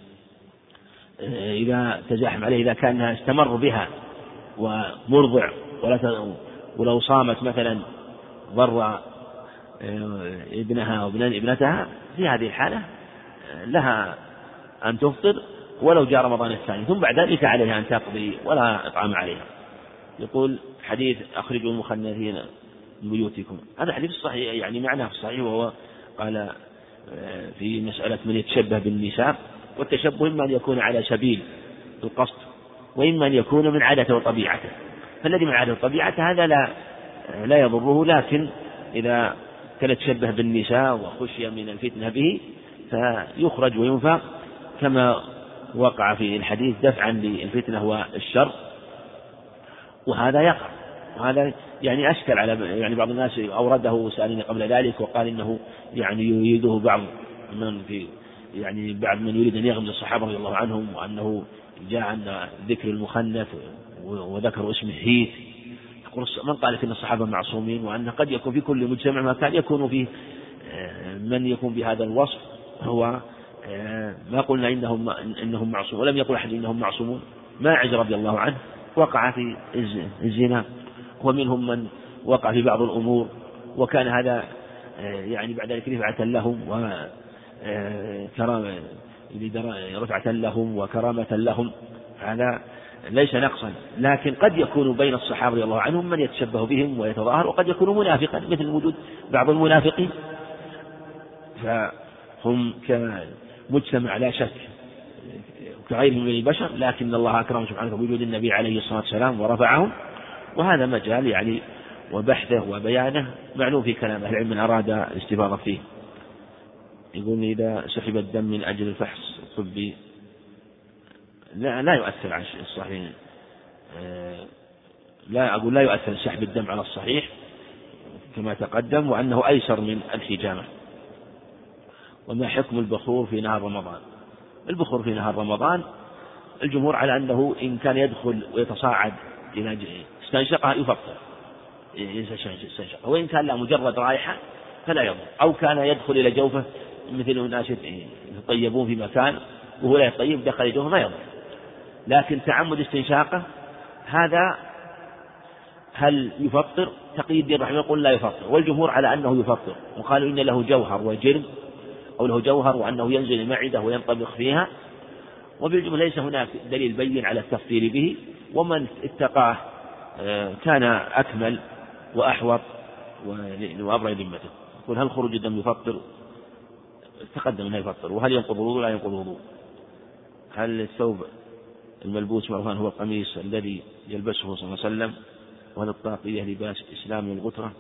إذا تزاحم عليه إذا كانها استمر بها ومرضع ولا ولو صامت مثلا ضر ابنها وابن ابنتها في هذه الحالة لها أن تفطر ولو جاء رمضان الثاني، ثم بعد ذلك عليها أن تقضي ولا إطعام عليها. يقول حديث أخرجوا المخنثين من بيوتكم، هذا حديث صحيح يعني معناه صحيح، وهو قال في مسألة من يتشبه بالنساء، والتشبه إما أن يكون على سبيل القصد وإما أن يكون من عادته وطبيعته. فالذي من عادته وطبيعته هذا لا لا يضره، لكن إذا كان يتشبه بالنساء وخشي من الفتنة به فيخرج وينفق كما وقع في الحديث دفعا للفتنة والشر، وهذا يقع. وهذا يعني أشكل على يعني بعض الناس أورده سألني قبل ذلك وقال إنه يعني يريده بعض من في يعني بعض من يريد أن يغمز الصحابة رضي الله عنهم، وأنه جاء عن ذكر المخنث وذكر اسمه هيث. من قال إن الصحابة معصومين، وأن قد يكون في كل مجتمع ما كان يكون فيه من يكون بهذا الوصف هو ما قلنا إنهم إنهم معصومون، ولم يقل أحد إنهم معصومون. ماعز رضي الله عنه وقع في الزنا، ومنهم من وقع في بعض الأمور، وكان هذا يعني بعد ذلك رفعة لهم وكرامة رفعة لهم وكرامة لهم، هذا ليس نقصا. لكن قد يكون بين الصحابة رضي الله عنهم من يتشبه بهم ويتظاهر، وقد يكون منافقا مثل وجود بعض المنافقين، فهم كمجتمع لا شك كغيرهم من البشر، لكن الله أكرم سبحانه بوجود النبي عليه الصلاة والسلام ورفعهم، وهذا مجال يعني وبحثه وبيانه معلوم في كلام أهل العلم من أراد الاستفاضة فيه. يقول إذا سحب الدم من أجل الفحص الطبي لا, لا يؤثر على الصحيح، لا أقول لا يؤثر سحب الدم على الصحيح كما تقدم، وأنه أيسر من الحجامة. وما حكم البخور في نهار رمضان؟ البخور في نهار رمضان الجمهور على أنه إن كان يدخل ويتصاعد إلى استنشقها يفطر استنشقها، وإن كان لا مجرد رائحة فلا يضر، أو كان يدخل إلى جوفه مثل الناس يطيبون في مكان وهو لا يطيب دخل جوفه ما يضر. لكن تعمد استنشاقه هذا هل يفطر؟ تقي الدين رحمه الله يقول لا يفطر، والجمهور على أنه يفطر، وقالوا إن له جوهر وجرم، أو له جوهر وأنه ينزل المعدة وينطبخ فيها، وبالجمهور ليس هناك دليل بين على التفطير به، ومن اتقاه كان أكمل وأحوط وأبرأ ذمته. يقول هل خروج الدم يفطر؟ تقدم أنه يفطر. وهل ينقض الوضوء؟ لا ينقض الوضوء. هل الثوب الملبوس معروفا هو القميص الذي يلبسه صلى الله عليه وسلم؟ وهل الطاقية لباس إسلامي والغترة؟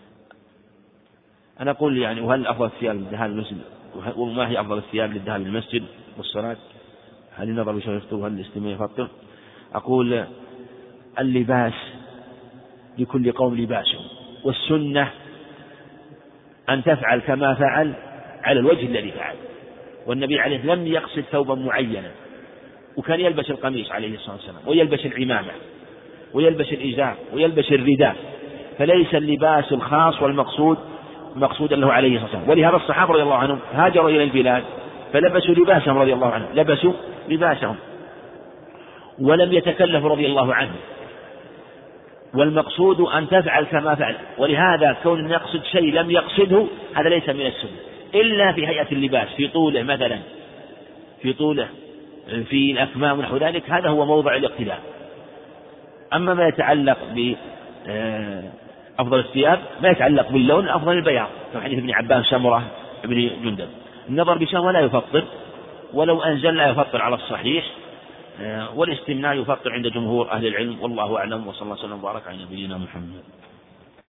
أنا أقول يعني وهل أفضل الثياب للذهاب للمسجد؟ وما هي أفضل الثياب للذهاب للمسجد والصلاة؟ هل النظر بشرفته وهل الاستماع يفطر؟ أقول اللباس لكل قوم لباسه، والسنة أن تفعل كما فعل على الوجه الذي فعل، والنبي عليه لم يقصد ثوبا معينا، وكان يلبس القميص عليه الصلاة والسلام، ويلبس العمامة، ويلبس الإزار، ويلبس الرداء، فليس اللباس الخاص والمقصود مقصودا له عليه الصلاة والسلام. ولهذا الصحابة رضي الله عنهم هاجروا إلى البلاد فلبسوا لباسهم رضي الله عنهم، لبسوا لباسهم ولم يتكلفوا رضي الله عنه، والمقصود أن تفعل كما فعل. ولهذا كون أن يقصد شيء لم يقصده هذا ليس من السنة، إلا في هيئة اللباس، في طوله مثلا، في طوله في الأكمام ونحو ذلك، هذا هو موضع الاقتداء. أما ما يتعلق بأفضل الثياب ما يتعلق باللون، أفضل البياض، كما حديث ابن عباس سمرة ابن جندب. النظر بشهوة لا يفطر، ولو أنزل لا يفطر على الصحيح، والاستمناء يفطر عند جمهور أهل العلم، والله أعلم، وصلى الله وسلم وبارك على نبينا محمد.